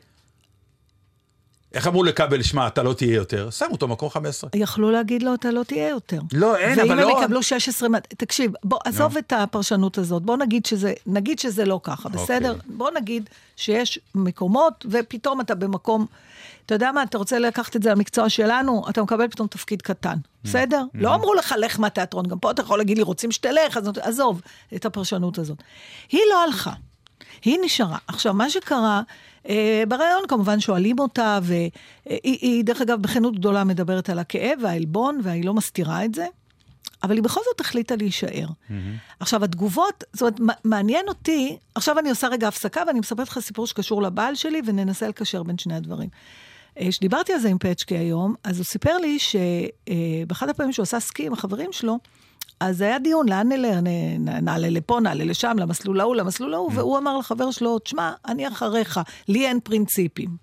איך אמרו לקבל, שמע, אתה לא תהיה יותר? שמו אותו מקום חמש עשרה. יכלו להגיד לו, אתה לא תהיה יותר. לא, אין, אבל לא... ואם הם יקבלו שש עשרה... תקשיב, בוא, עזוב את הפרשנות הזאת. בוא נגיד שזה, נגיד שזה לא ככה, בסדר? בוא נגיד שיש מקומות, ופתאום אתה במקום... אתה יודע מה, אתה רוצה לקחת את זה למקצוע שלנו, אתה מקבל פתאום תפקיד קטן. בסדר? לא אמרו לך, לך מהתיאטרון. גם פה אתה יכול להגיד לי, רוצים שתלך, אז עזוב את הפרשנות הזאת. היא לא הלכה. היא נשארה. עכשיו, מה שקרה... ברעיון כמובן שואלים אותה, והיא, היא, דרך אגב, בכנות גדולה מדברת על הכאב והעלבון, והיא לא מסתירה את זה, אבל היא בכל זאת החליטה להישאר. Mm-hmm. עכשיו, התגובות, זאת אומרת, מעניין אותי, עכשיו אני עושה רגע הפסקה, ואני מספרת לך סיפור שקשור לבעל שלי, וננסה לקשר בין שני הדברים. שדיברתי על זה עם פצ'קי היום, אז הוא סיפר לי שבאחד הפעמים שהוא עשה סקי עם החברים שלו, אז היה דיון, לאן נעלה, נעלה לפה, נעלה לשם, למסלול ההוא, למסלול ההוא, והוא אמר לחבר שלו, תשמע, אני אחריך, לי אין פרינציפים.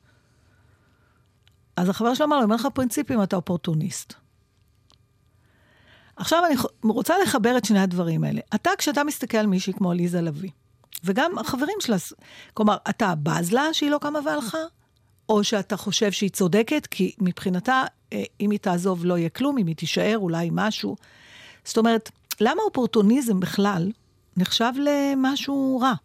אז החבר שלו אמר לו, אם אין לך פרינציפים, אתה אופורטוניסט. עכשיו אני רוצה לחבר את שני הדברים האלה. אתה, כשאתה מסתכל על מישהי כמו עליזה לביא, וגם החברים שלה, כלומר, אתה בז לה שהיא לא קמה והלכה, או שאתה חושב שהיא צודקת, כי מבחינתה, שאם היא תעזוב לא יהיה כלום, אם היא תישאר אולי משהו. זאת אומרת, למה אופורטוניזם בכלל נחשב למשהו רע?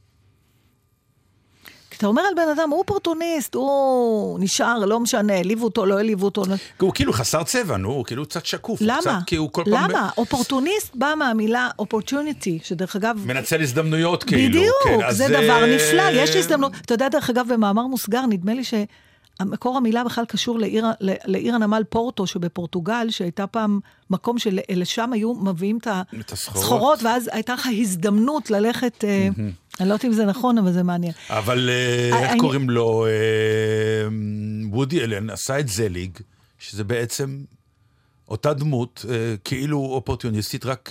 כי אתה אומר על בן אדם, הוא אופורטוניסט, הוא נשאר, לא משנה, העליבו אותו, לא העליבו אותו. הוא כאילו חסר צבע, נו, הוא כאילו קצת שקוף. למה? למה? פעם... אופורטוניסט בא מהמילה opportunity, שדרך אגב... מנצל הזדמנויות כאילו. בדיוק, כן, זה אז... דבר נפלא, יש הזדמנות. אתה יודע, דרך אגב, במאמר מוסגר, נדמה לי שהמקור המילה בכלל קשור לעיר, לעיר הנמל פורטו, שבפורטוגל, שהייתה פעם מקום שלשם היו מביאים את הסחורות, ואז הייתה לך הזדמנות ללכת... אני לא יודעת אם זה נכון, אבל זה מעניין. אבל איך קוראים לו? וודי אלן עשה את זליג, שזה בעצם אותה דמות, כאילו אופורטוניסטית, רק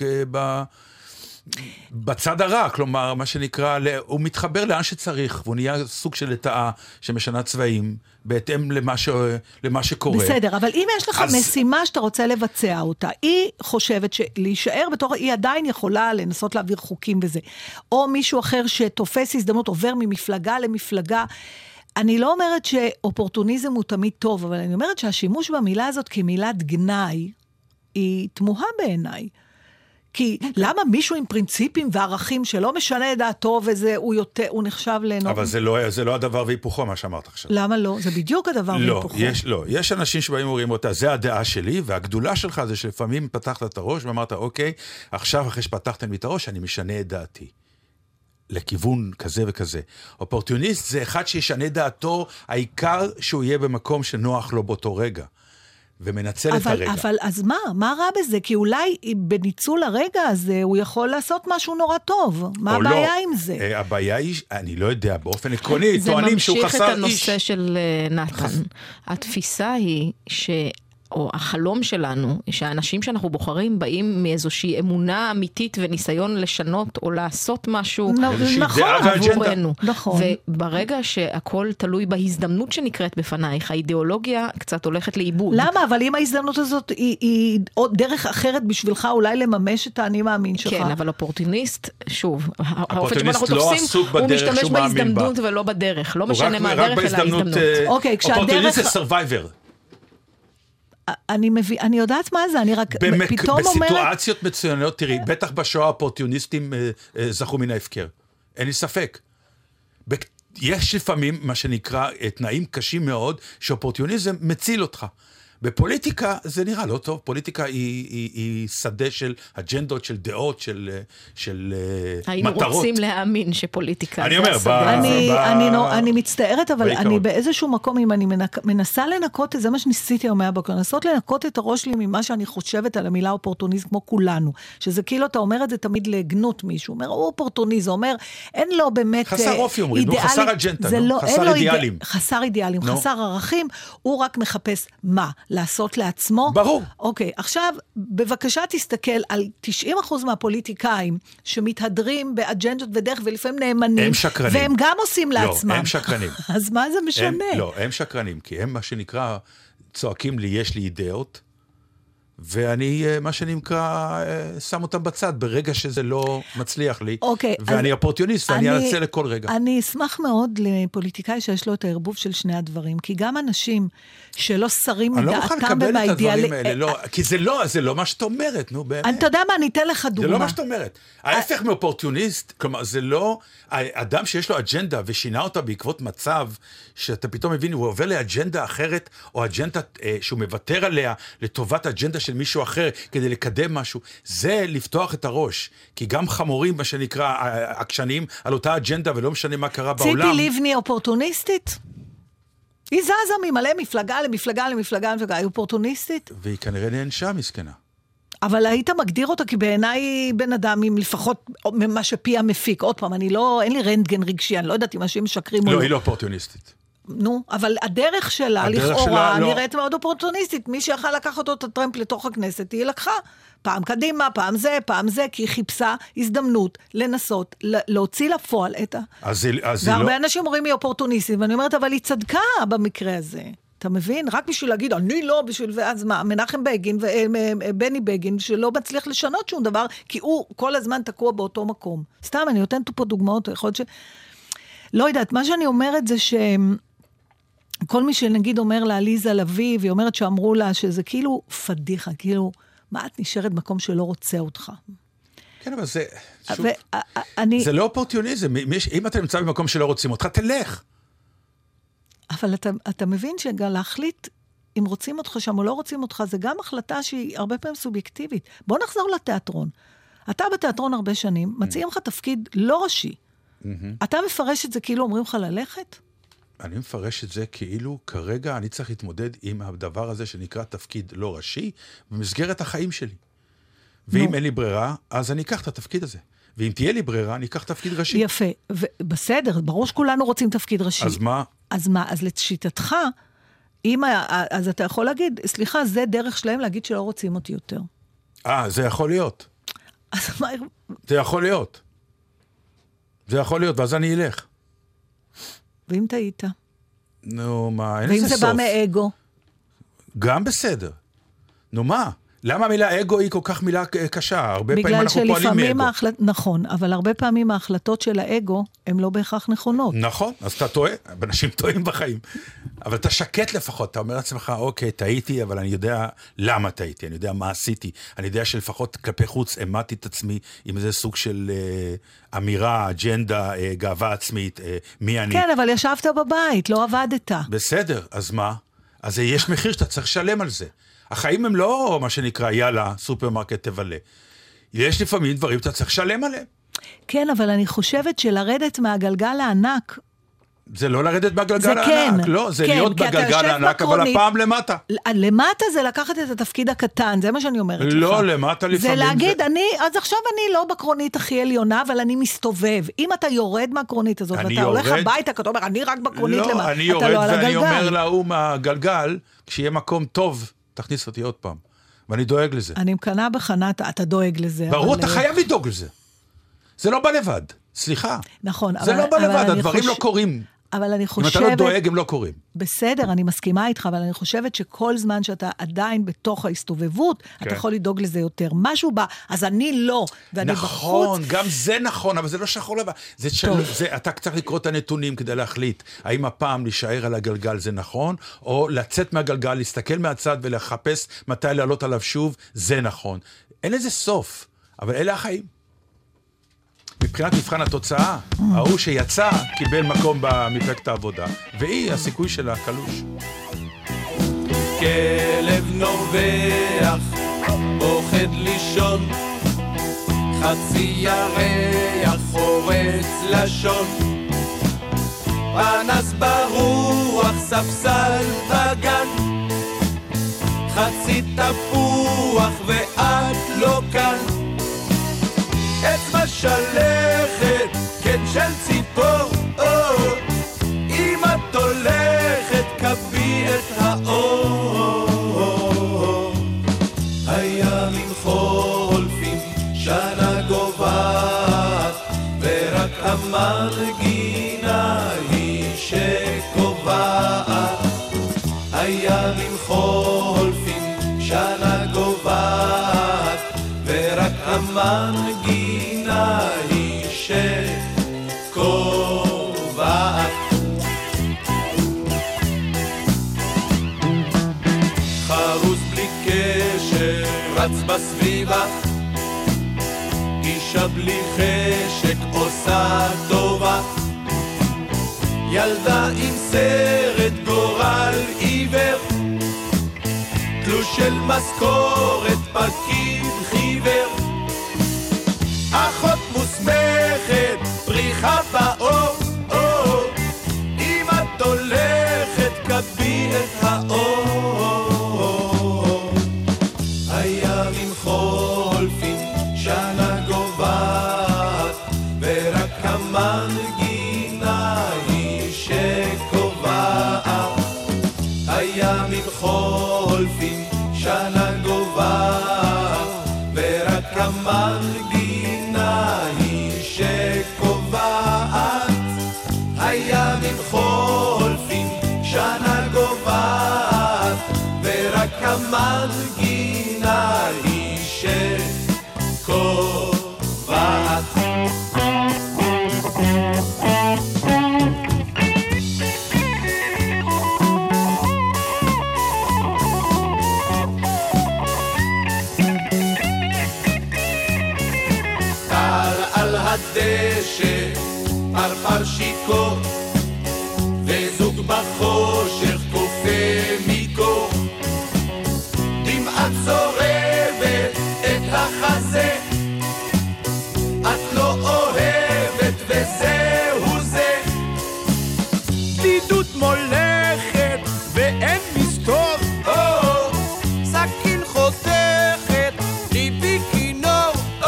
בצד הרע, כלומר, מה שנקרא, הוא מתחבר לאן שצריך, והוא נהיה סוג של לטאה שמשנה צבעים, בהתאם למה, ש... למה שקורה. בסדר, אבל אם יש לך אז... משימה שאתה רוצה לבצע אותה, היא חושבת שלהישאר בתור, היא עדיין יכולה לנסות להעביר חוקים וזה, או מישהו אחר שתופס הזדמנות, עובר ממפלגה למפלגה, אני לא אומרת שאופורטוניזם הוא תמיד טוב, אבל אני אומרת שהשימוש במילה הזאת כמילת גנאי, היא תמוהה בעיניי. כי למה מישהו עם פרינציפים וערכים שלא משנה דעתו וזה, הוא, יותר, הוא נחשב לנור... אבל זה לא, זה לא הדבר והיפוכו, מה שאמרת עכשיו. למה לא? זה בדיוק הדבר לא, והיפוכו. יש, לא, יש אנשים שבאים ואומרים אותה, זה הדעה שלי, והגדולה שלך זה שלפעמים פתחת את הראש ואמרת, אוקיי, עכשיו אחרי שפתחתם לי את הראש, אני משנה את דעתי. לכיוון כזה וכזה. אופורטוניסט זה אחד שישנה דעתו, העיקר שהוא יהיה במקום שנוח לו באותו רגע. ומנצל אבל, את הרגע. אבל אז מה? מה רע בזה? כי אולי בניצול הרגע הזה הוא יכול לעשות משהו נורא טוב. מה הבעיה לא. עם זה? הבעיה היא, אני לא יודע, באופן עקרוני, טוענים שהוא חסר איש. זה ממשיך את הנושא של נתן. התפיסה היא ש... או החלום שלנו, שהאנשים שאנחנו בוחרים באים מאיזושהי אמונה אמיתית וניסיון לשנות או לעשות משהו נכון, עבורנו. נכון. וברגע שהכל תלוי בהזדמנות שנקראת בפנייך, האידיאולוגיה קצת הולכת לאיבוד. למה? אבל אם ההזדמנות הזאת היא, היא עוד דרך אחרת בשבילך, אולי לממש את האני מאמין שלך. כן, אבל אופורטוניסט, שוב, האופן שבו אנחנו לא תופסים, הוא משתמש בהזדמנות ולא בדרך. לא משנה מה הדרך, אלא ההזדמנות. אוקיי, אופורטוניסט זה סרווייבר. אני מביא, אני יודעת מה זה, אני רק במק, פתאום אומרת... בסיטואציות מצוינות, תראי, בטח בשואה האופורטוניסטים אה, אה, זכו מן ההפקר. אין לי ספק. ב, יש לפעמים, מה שנקרא, תנאים קשים מאוד, שאופורטוניזם מציל אותך. בפוליטיקה זה נראה לא טוב, פוליטיקה היא, היא, היא שדה של אג'נדות, של דעות, של, של היינו מטרות. היינו רוצים להאמין שפוליטיקה אני אומר, ב... אני, ב... אני, נו, אני מצטערת, אבל בעיקרון. אני באיזשהו מקום, אם אני מנק... מנסה לנקות, זה מה שניסיתי היום מהבוקר, לנסות לנקות את הראש לי ממה שאני חושבת על המילה אופורטוניזם, כמו כולנו, שזה כאילו אתה אומר את זה תמיד לגנות מישהו, אומר, הוא אופורטוניזם, אומר, אין לו באמת חסר אופי, אומרים, הוא חסר אג'נדה, לא, חסר אידיאלים. איד... חסר אידיאלים, no. חסר ערכים, הוא רק מחפש מה? לעשות לעצמו? ברור. אוקיי, עכשיו, בבקשה תסתכל על תשעים אחוז מהפוליטיקאים מתהדרים באג'נדות ודרך ולפעמים נאמנים. הם שקרנים. והם גם עושים לעצמם. לא, הם שקרנים. אז מה זה משנה? הם, לא, הם שקרנים, כי הם מה שנקרא, צועקים לי, יש לי אידאות, ואני, מה שנקרא, שם אותם בצד, ברגע שזה לא מצליח לי, אוקיי, ואני אופורטוניסט, ואני ארצה לכל רגע. אני אשמח מאוד לפוליטיקאי שיש לו את הערבוב של שני הדברים, כי גם אנשים שלא שרים מדעתם ומהאידיאלים... אני לא מוכן לקבל את הדברים האלה, לא, כי זה לא, זה לא מה שאת אומרת, נו באמת. אתה יודע מה, אני אתן לך דוגמה. זה לא מה שאת אומרת. ההפך מאופורטוניסט, כלומר, זה לא, אדם שיש לו אג'נדה ושינה אותה בעקבות מצב, שאתה פתאום מבין, הוא עובר לאג'נדה אחרת, או אג'נדה שהוא מוותר עליה, לטובת אג'נדה של מישהו אחר, כדי לקדם משהו. זה לפתוח את הראש. כי גם חמורים, מה שנקרא, עקשנים, על אותה אג'נדה, ולא משנה מה קרה בעולם. ציפי לבני אופורטוניסטית? היא זזה ממלא מפלגה למפלגה למפלגה למפלגה, היא אופורטוניסטית? והיא כנראה נענשה מסכנה. אבל היית מגדיר אותה, כי בעיניי בן אדם עם לפחות ממה שפי המפיק. עוד פעם, אני לא, אין לי רנטגן רגשי, אני לא יודעת אם אנשים משקרים או לא. לא, היא לא אופורטוניסטית. נו, אבל הדרך שלה, הדרך לכאורה, שלה, לא. נראית מאוד אופורטוניסטית. מי שיכל לקח אותו את הטרמפ לתוך הכנסת, היא לקחה. פעם קדימה, פעם זה, פעם זה, כי היא חיפשה הזדמנות לנסות, להוציא לפועל את ה... אז, אז והרבה לא... אנשים אומרים היא אופורטוניסטית, ואני אומרת, אבל היא צדקה במקרה הזה. אתה מבין? רק בשביל להגיד, אני לא בשביל, ואז מה, מנחם בגין ובני בגין, שלא מצליח לשנות שום דבר, כי הוא כל הזמן תקוע באותו מקום. סתם, אני נותנת פה דוגמאות, יכול להיות ש... לא יודעת, מה שאני אומרת זה שכל כל מי שנגיד אומר לה, ליזה לוי, והיא אומרת שאמרו לה שזה כאילו פדיחה, כאילו, מה את נשארת במקום שלא רוצה אותך? כן, אבל זה, שוב, אני... זה לא אופורטוניזם. אם אתה נמצא במקום שלא רוצים אותך, תלך. אבל אתה, אתה מבין שגם להחליט אם רוצים אותך שם או לא רוצים אותך, זה גם החלטה שהיא הרבה פעמים סובייקטיבית. בוא נחזור לתיאטרון. אתה בתיאטרון הרבה שנים, מציעים לך תפקיד לא ראשי. אתה מפרש את זה כאילו אומרים לך ללכת? אני מפרש את זה כאילו כרגע אני צריך להתמודד עם הדבר הזה שנקרא תפקיד לא ראשי, במסגרת החיים שלי. ואם אין לי ברירה, אז אני אקח את התפקיד הזה. ואם תהיה לי ברירה, אני אקח תפקיד ראשי. יפה. בסדר, ברור שכולנו רוצים תפקיד ראשי. אז מה? אז מה? אז לשיטתך, אם, אז אתה יכול להגיד, סליחה, זה דרך שלהם להגיד שלא רוצים אותי יותר. אה, זה יכול להיות. אז מה... זה יכול להיות. זה יכול להיות, ואז אני אלך. ואם טעית? נו, מה, אין לזה סוף. ואם זה בא מאגו? גם בסדר. נו, מה? למה המילה אגו היא כל כך מילה קשה? הרבה פעמים אנחנו פועלים מאגו. ההחלט... נכון, אבל הרבה פעמים ההחלטות של האגו הן לא בהכרח נכונות. נכון, אז אתה טועה, אנשים טועים בחיים. אבל אתה שקט לפחות, אתה אומר לעצמך, אוקיי, טעיתי, אבל אני יודע למה טעיתי, אני יודע מה עשיתי, אני יודע שלפחות כלפי חוץ אמתי את עצמי עם איזה סוג של אה, אמירה, אג'נדה, אה, גאווה עצמית, אה, מי אני. כן, אבל ישבת בבית, לא עבדת. בסדר, אז מה? אז יש מחיר שאתה צריך לשלם על זה. החיים הם לא מה שנקרא, יאללה, סופרמרקט תבלה. יש לפעמים דברים שאתה צריך לשלם עליהם. כן, אבל אני חושבת שלרדת מהגלגל הענק... זה לא לרדת מהגלגל הענק, כן, לא, זה כן, להיות בגלגל הענק, אבל הפעם למטה. למטה זה לקחת את התפקיד הקטן, זה מה שאני אומרת לך. לא, למטה לפעמים זה להגיד, זה... אני, אז עכשיו אני לא בקרונית הכי עליונה, אבל אני מסתובב. אם אתה יורד מהקרונית הזאת, ואתה יורד... הולך הביתה, אתה אומר, אני רק בקרונית לא, למטה, אני אתה לא על הגלגל. ואני אומר להוא מהגלגל, כשיהיה מקום טוב, תכניס אותי עוד פעם. ואני דואג לזה. אני מקנה בחנה, אתה דואג לזה. ברור, אתה חייב לדאוג לזה. זה לא בא לבד. סליחה. נכון. זה לא בא לבד, הדברים לא קורים. אבל אני חושבת... אם אתה לא דואג, הם לא קורים. בסדר, אני מסכימה איתך, אבל אני חושבת שכל זמן שאתה עדיין בתוך ההסתובבות, כן. אתה יכול לדאוג לזה יותר. משהו בא, אז אני לא, ואני נכון, בחוץ... נכון, גם זה נכון, אבל זה לא שחור לבן. זה של... זה, אתה צריך לקרוא את הנתונים כדי להחליט, האם הפעם להישאר על הגלגל זה נכון, או לצאת מהגלגל, להסתכל מהצד ולחפש מתי לעלות עליו שוב, זה נכון. אין לזה סוף, אבל אלה החיים. מבחינת מבחן התוצאה, ההוא שיצא קיבל מקום במפלגת העבודה, והיא הסיכוי שלה קלוש. כלב נובח, פוחד לישון, חצי ירח חורץ לשון, פנס ברוח, ספסל בגן, חצי תפוח ואת לא כאן, אצבע שלכת, כן של ציפור, או, אם את הולכת, קבי את האור. הימים חולפים, שנה גובעת, ורק המנגינה היא שקובעת. הימים חולפים, שנה גובעת, ורק המנגינה היא שקובעת. חרוס בלי קשר רץ בסביבה, אישה בלי חשק עושה טובה, ילדה עם סרט גורל עיוור, תלוש של משכורת פקיד חיוור, אחות מוסמכת, פריחה באור, אור. אם את הולכת, קבי את האור. הימים חולפים, שנה גובעת, ורק המנגינה היא שקובעת. הימים חולפים, שנה גובעת, שיכור, וזוג בחושך קופא מקור. דמעה צורבת את החזה, את לא אוהבת וזהו זה. בדידות מולכת ואין מסתור, סכין חותכת, ליבי כינור,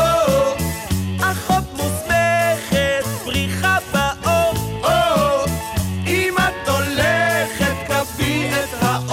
אחות מוסמכת, פריחה באור. אם את הולכת קבי את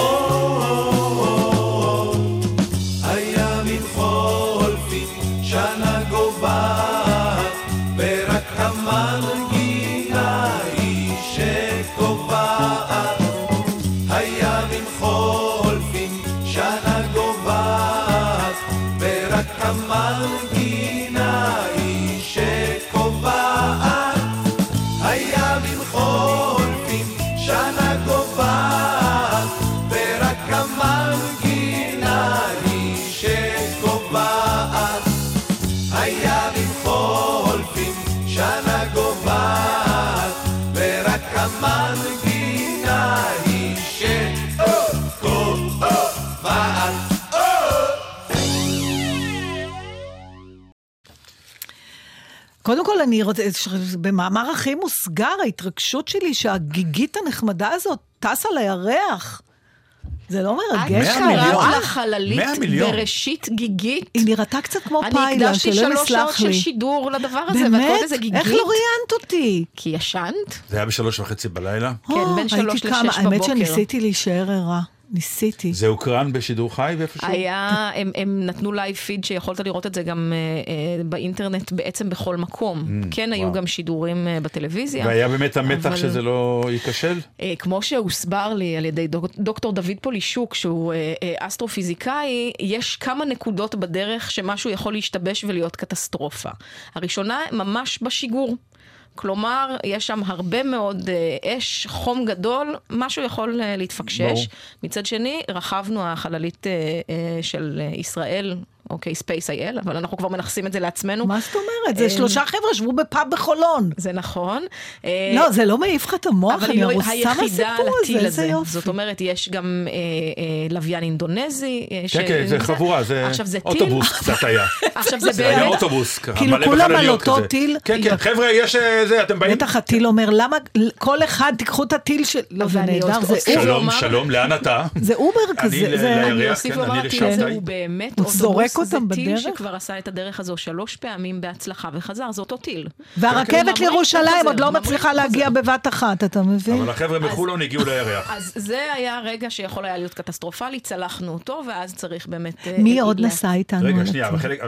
האור. הימים חולפים, שנה גובעת, ורק המנגינה היא שקובעת. הימים חולפים, שנה גובעת, ורק המנגינה היא שקובעת. הימים חולפים, שנה גובעת, ורק המנגינה היא שקובעת. הימים חולפים, שנה גובעת, ורק המנגינה היא שקובעת. קודם כל, אני רוצה, במאמר הכי מוסגר, ההתרגשות שלי שהגיגית הנחמדה הזאת טסה לירח. זה לא מרגש? מאה את מיליון. קראת לחללית מאה מיליון. בראשית גיגית. היא נראתה קצת כמו אני פיילה, הקדשתי שלא שלוש שעות נסלח של לי. שידור לדבר הזה, ואת באמת? קוראת לזה גיגית. איך לא ראיינת אותי? כי ישנת? זה היה בשלוש וחצי בלילה. כן, או, בין שלוש הייתי לשש קמה. בבוקר. האמת שניסיתי להישאר ערה. ניסיתי. זה הוקרן בשידור חי ואיפשהו? היה, הם, הם נתנו לייב פיד שיכולת לראות את זה גם אה, אה, באינטרנט בעצם בכל מקום. Mm, כן, היו וואו. גם שידורים אה, בטלוויזיה. והיה באמת המתח אבל- שזה לא ייכשל? אה, כמו שהוסבר לי על ידי דוק, דוקטור דוד פולישוק, שהוא אה, אה, אסטרופיזיקאי, יש כמה נקודות בדרך שמשהו יכול להשתבש ולהיות קטסטרופה. הראשונה, ממש בשיגור. כלומר, יש שם הרבה מאוד אה, אש, חום גדול, משהו יכול אה, להתפקשש. ברור. מצד שני, רכבנו החללית אה, אה, של אה, ישראל, אוקיי, ספייס איי אל, אבל אנחנו כבר מנחסים את זה לעצמנו. מה זאת אומרת? זה שלושה חבר'ה שבו בפאב בחולון. זה נכון. אה, לא, זה לא מעיף לך את המוח, אבל אני היא לא הרוסה היחידה מהסיפור לטיל הזה, הזה. איזה יופי. זאת אומרת, יש גם אה, אה, לוויין אינדונזי. אה, ש- כן, כן, זה חבורה, זה עכשיו זה טיל. אוטובוס קצת היה. עכשיו זה זה היה באמת... אוטובוס, ככה, כאילו מלא כולם על בחלליות אותו כזה. טיל? כן, כן, חבר'ה, יש אה, זה, אתם באים? בטח הטיל אומר, למה כל אחד תיקחו את הטיל של... לא, זה ואני נהדר, עוד- זה עוד- אובר. שלום, אמר- שלום, לאן אתה? זה אובר כזה, ל- זה... לירח, אני אוסיף כן, ואומר, אני הטיל הזה לשבתאי. הוא באמת הוא זורק אוטובוס, זה אותם טיל בדרך? שכבר עשה את הדרך הזו שלוש פעמים בהצלחה וחזר, זה אותו טיל. והרכבת ממריא, לירושלים חוזר, עוד לא ממריא, מצליחה חוזר. להגיע בבת אחת, אתה מבין? אבל החבר'ה מחולון הגיעו לירח. אז זה היה רגע שיכול היה להיות קטסטרופלי, צלחנו אותו, ואז צריך באמת... אה, מי אה, עוד לה- נסע איתנו? רגע, על שנייה, הטיל? בחלק,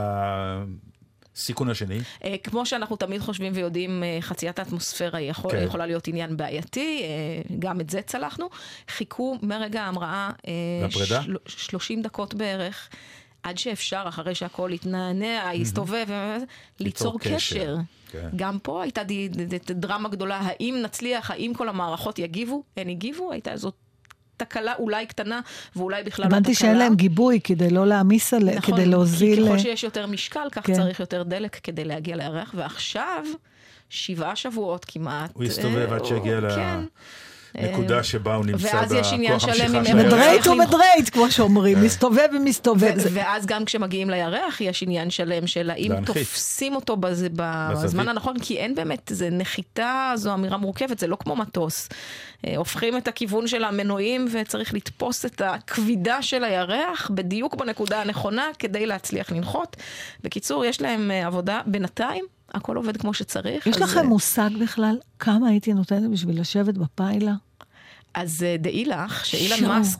הסיכון השני, אה, כמו שאנחנו תמיד חושבים ויודעים, אה, חציית האטמוספירה היא יכול, כן. יכולה להיות עניין בעייתי, אה, גם את זה צלחנו. חיכו מרגע ההמראה אה, לפרידה? של- שלושים דקות בערך, עד שאפשר, אחרי שהכל התנענע, הסתובב, ליצור קשר. קשר. כן. גם פה הייתה די- די- די- דרמה גדולה, האם נצליח, האם כל המערכות יגיבו? הן הגיבו, הייתה איזו תקלה אולי קטנה, ואולי בכלל לא תקלה. הבנתי שאין להם גיבוי כדי לא להעמיס עליהם, נכון, כדי להוזיל... כי ככל שיש יותר משקל, כך כן. צריך יותר דלק כדי להגיע לירח, ועכשיו, שבעה שבועות כמעט. הוא הסתובב אה, עד שהגיע או- כן. לנקודה שבה הוא נמצא ואז יש עניין בכוח שלם המשיכה עם של מדרג. הירח. מדרייט ומדרייט, כמו שאומרים, מסתובב ומסתובב. ו- זה- ואז גם כשמגיעים לירח, יש עניין שלם של האם להנחית. תופסים אותו בזה, בזמן הנכון, כי אין באמת, זה נחיתה, זו אמירה מורכבת, זה לא כמו מטוס. אה, הופכים את הכיוון של המנועים, וצריך לתפוס את הכבידה של הירח, בדיוק בנקודה הנכונה, כדי להצליח לנחות. בקיצור, יש להם אה, עבודה בינתיים, הכל עובד כמו שצריך. יש אז, לכם אה, מושג בכלל כמה הייתי נותנת בשביל לשבת בפיילה? אז אה, דעי לך, שאילן שואו. מאסק,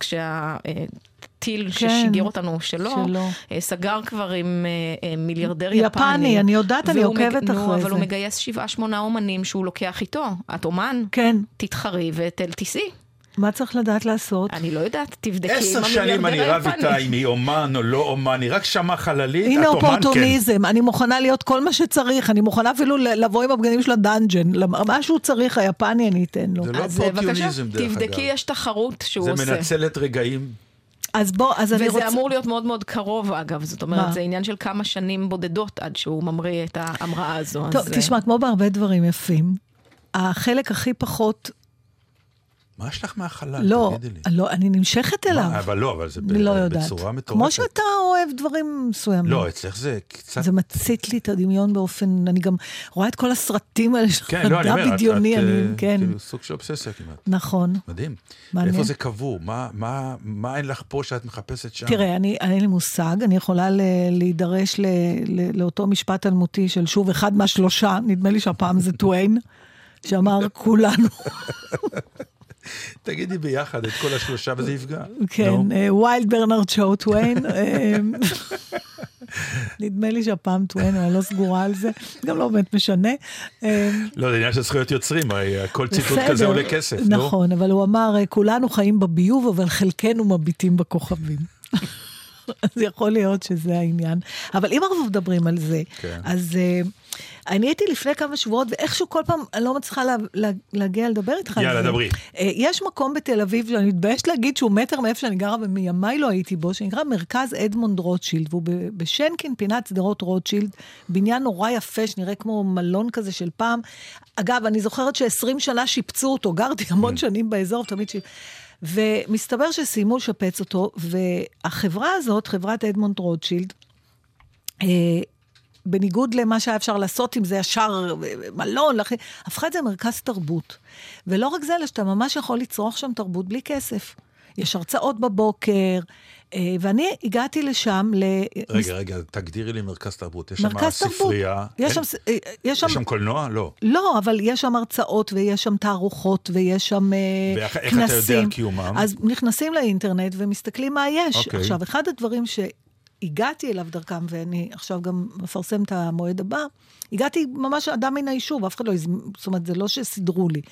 שהטיל כן, ששיגר אותנו שלו, שלו. אה, סגר כבר עם אה, אה, מיליארדר יפני. יפני, אני יודעת, אני והוא עוקבת מג- נו, אחרי אבל זה. הוא מגייס שבעה, שמונה אומנים שהוא לוקח איתו. את אומן? כן, תתחרי ותיסעי. מה צריך לדעת לעשות? אני לא יודעת, תבדקי עם עשר המיליארדר שנים אני רב היפני. איתה אם היא אומן או לא אומן, היא רק שמעה חללית, הנה את אומן כן. אופורטוניזם, אני מוכנה להיות כל מה שצריך, אני מוכנה אפילו לבוא עם הבגנים של הדאנג'ן, מה שהוא צריך, היפני אני אתן לו. זה לא אז אה, בבקשה, אופורטוניזם דרך אגב. תבדקי, יש תחרות שהוא זה עושה. מנצלת רגעים. אז בוא, אז אני וזה רוצה... אמור להיות מאוד מאוד קרוב אגב, זאת אומרת, מה? זה עניין של כמה שנים בודדות עד שהוא ממריא את ההמראה הזו. טוב, אז, תשמע, כמו בהרבה דברים יפים, החלק הכי פחות... מה יש לך מהחלל? לא, תגידי לי. לא, אני נמשכת אליו. מה, אבל לא, אבל זה ב- אני לא יודעת. בצורה מטורפת. כמו שאתה אוהב דברים מסוימים. לא, אצלך זה קצת... זה מצית לי את הדמיון באופן, אני גם רואה את כל הסרטים האלה של כן, לא, אני מדע אומר, את- בדיוני, את, אני, אה, כן, כאילו סוג של אובססיה כמעט. נכון. מדהים. מעניין. איפה זה קבור? מה, מה, מה אין לך פה שאת מחפשת שם? תראה, אני, אין לי מושג, אני יכולה ל, להידרש ל, ל, לאותו משפט אלמותי של שוב אחד מהשלושה, נדמה לי שהפעם זה טוויין, שאמר כולנו. תגידי ביחד את כל השלושה וזה יפגע. כן, ויילד ברנרד שואו טוויין. נדמה לי שהפעם טוויין, אני לא סגורה על זה, גם לא באמת משנה. לא, זה עניין של זכויות יוצרים, הרי כל ציטוט כזה עולה כסף. נכון, אבל הוא אמר, כולנו חיים בביוב, אבל חלקנו מביטים בכוכבים. אז יכול להיות שזה העניין. אבל אם אנחנו מדברים על זה, כן. אז uh, אני הייתי לפני כמה שבועות, ואיכשהו כל פעם אני לא מצליחה לה, לה, להגיע לדבר איתך יאללה, על זה. דברי. Uh, יש מקום בתל אביב, שאני מתביישת להגיד שהוא מטר מאיפה שאני גרה, ומימיי לא הייתי בו, שנקרא מרכז אדמונד רוטשילד, והוא בשנקין, פינת סדרות רוטשילד, בניין נורא יפה, שנראה כמו מלון כזה של פעם. אגב, אני זוכרת ש-עשרים שנה שיפצו אותו, גרתי המון שנים באזור, תמיד שיפצו. ומסתבר שסיימו לשפץ אותו, והחברה הזאת, חברת אדמונד רוטשילד, אה, בניגוד למה שהיה אפשר לעשות עם זה ישר מלון, הפכה את זה מרכז תרבות. ולא רק זה, אלא שאתה ממש יכול לצרוך שם תרבות בלי כסף. יש הרצאות בבוקר, ואני הגעתי לשם ל... רגע, רגע, תגדירי לי מרכז תרבות. יש מרכז שם תרבות. ספרייה. יש שם, יש שם... יש שם קולנוע? לא. לא, אבל יש שם הרצאות, ויש שם תערוכות, ויש שם ואיך, כנסים. איך אתה יודע על קיומם? אז נכנסים לאינטרנט ומסתכלים מה יש. אוקיי. עכשיו, אחד הדברים שהגעתי אליו דרכם, ואני עכשיו גם מפרסם את המועד הבא, הגעתי ממש אדם מן היישוב, אף אחד לא, זאת אומרת, זה לא שסידרו לי.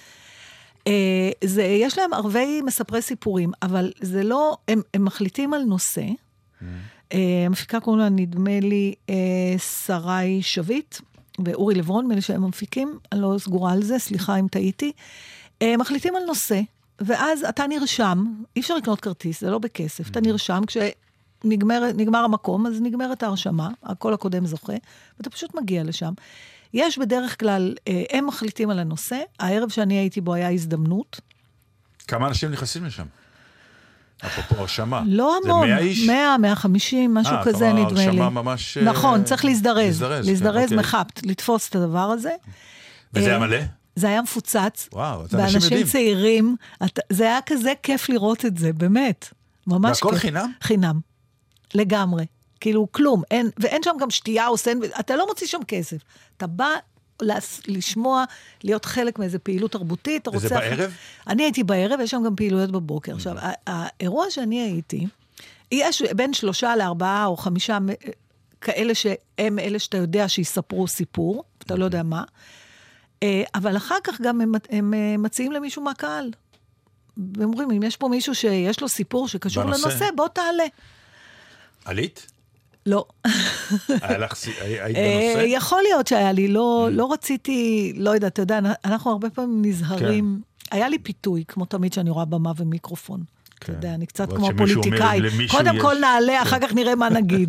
זה, יש להם ערבי מספרי סיפורים, אבל זה לא, הם, הם מחליטים על נושא, mm. המפיקה קוראים לה, נדמה לי, שרי שביט, ואורי לברון, מאלה שהם המפיקים, אני לא סגורה על זה, סליחה אם טעיתי, מחליטים על נושא, ואז אתה נרשם, אי אפשר לקנות כרטיס, זה לא בכסף, mm. אתה נרשם, כשנגמר נגמר המקום, אז נגמרת ההרשמה, הכל הקודם זוכה, ואתה פשוט מגיע לשם. יש בדרך כלל, הם מחליטים על הנושא, הערב שאני הייתי בו היה הזדמנות. כמה אנשים נכנסים לשם? אפרופו הרשמה. לא המון, מאה, מאה וחמישים, משהו כזה נדמה לי. הרשמה ממש... נכון, צריך להזדרז. להזדרז, להזדרז מחפת, לתפוס את הדבר הזה. וזה היה מלא? זה היה מפוצץ. וואו, אתה אנשים יודעים. ואנשים צעירים, זה היה כזה כיף לראות את זה, באמת. ממש כיף. והכל חינם? חינם. לגמרי. כאילו, כלום. אין, ואין שם גם שתייה או סנדוויץ', אתה לא מוציא שם כסף. אתה בא לשמוע, להיות חלק מאיזו פעילות תרבותית. וזה בערב? אני הייתי בערב, יש שם גם פעילויות בבוקר. עכשיו, האירוע שאני הייתי, יש בין שלושה לארבעה או חמישה כאלה שהם אלה שאתה יודע שיספרו סיפור, אתה לא יודע מה, אבל אחר כך גם הם, הם מציעים למישהו מהקהל. ואומרים, אם יש פה מישהו שיש לו סיפור שקשור בנושא. לנושא, בוא תעלה. עלית? לא. היה לך, היית בנושא? יכול להיות שהיה לי, לא, לא רציתי, לא יודע, אתה יודע, אנחנו הרבה פעמים נזהרים. היה לי פיתוי, כמו תמיד שאני רואה במה ומיקרופון. אתה יודע, אני קצת כמו פוליטיקאי. קודם כל נעלה, אחר כך נראה מה נגיד.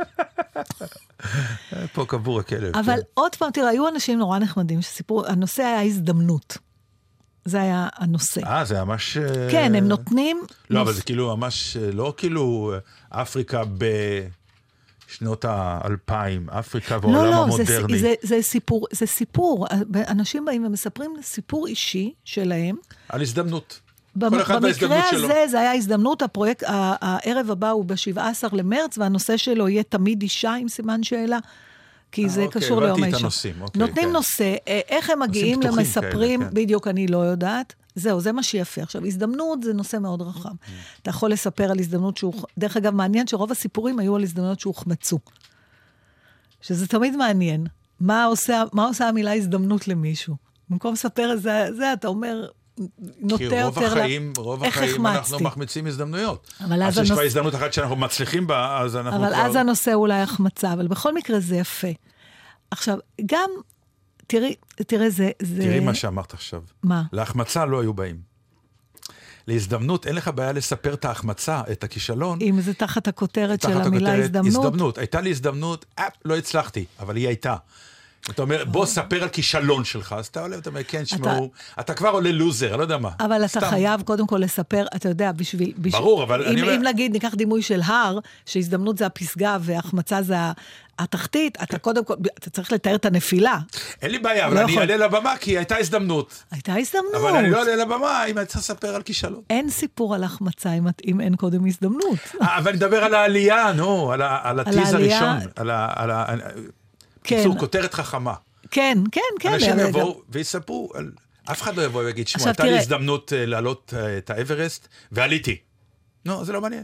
פה קבור הכלב. אבל עוד פעם, תראה, היו אנשים נורא נחמדים שסיפרו, הנושא היה הזדמנות. זה היה הנושא. אה, זה ממש... כן, הם נותנים... לא, אבל זה כאילו ממש, לא כאילו אפריקה בשנות האלפיים, אפריקה והעולם המודרני. לא, לא, זה סיפור, זה סיפור. אנשים באים ומספרים סיפור אישי שלהם. על הזדמנות. כל אחד בהזדמנות שלו. במקרה הזה, זה היה הזדמנות, הפרויקט, הערב הבא הוא ב-שבעה עשר למרץ, והנושא שלו יהיה תמיד אישה עם סימן שאלה. כי זה קשור ליום האישה. נותנים נושא, איך הם מגיעים למספרים, בדיוק אני לא יודעת, זהו, זה מה שיפה. עכשיו, הזדמנות זה נושא מאוד רחב. אתה יכול לספר על הזדמנות שהוא, דרך אגב, מעניין שרוב הסיפורים היו על הזדמנות שהוחמצו. שזה תמיד מעניין. מה עושה, מה עושה המילה הזדמנות למישהו? במקום לספר את זה, זה אתה אומר, נוטה יותר... כי רוב החיים, רוב החיים אנחנו מחמיצים הזדמנויות. אז שיש כבר הזדמנות אחת שאנחנו מצליחים בה, אז אנחנו כבר... אבל אז הנושא אולי החמצה, אבל בכל מקרה זה יפה. עכשיו, גם, תראי, תראי, זה... תראי מה שאמרת עכשיו. מה? להחמצה לא היו באים. להזדמנות, אין לך בעיה לספר את ההחמצה, את הכישלון. אם זה תחת הכותרת של המילה הזדמנות. הזדמנות. הייתה לי הזדמנות, אה, לא הצלחתי, אבל היא הייתה. אתה אומר, בוא ספר על כישלון שלך, אז אתה עולה, אתה אומר, כן, שמעו, אתה כבר עולה לוזר, אני לא יודע מה. אבל אתה חייב קודם כל לספר, אתה יודע, בשביל... ברור, אבל אני אומר... אם נגיד, ניקח דימוי של הר, שהזדמנות זה הפסגה וההחמצה זה התחתית, אתה קודם כל, אתה צריך לתאר את הנפילה. אין לי בעיה, אבל אני אעלה לבמה, כי הייתה הזדמנות. הייתה הזדמנות. אבל אני לא אעלה לבמה אם אני צריך לספר על כישלון. אין סיפור על החמצה אם אין קודם הזדמנות. אבל אני מדבר על העלייה, נו, על הטיז הראשון, על ה... קיצור, כותרת חכמה. כן, כן, כן. אנשים יבואו ויספרו, אף אחד לא יבוא ויגיד, שמוע, הייתה לי הזדמנות לעלות את האברסט, ועליתי. נו, זה לא מעניין.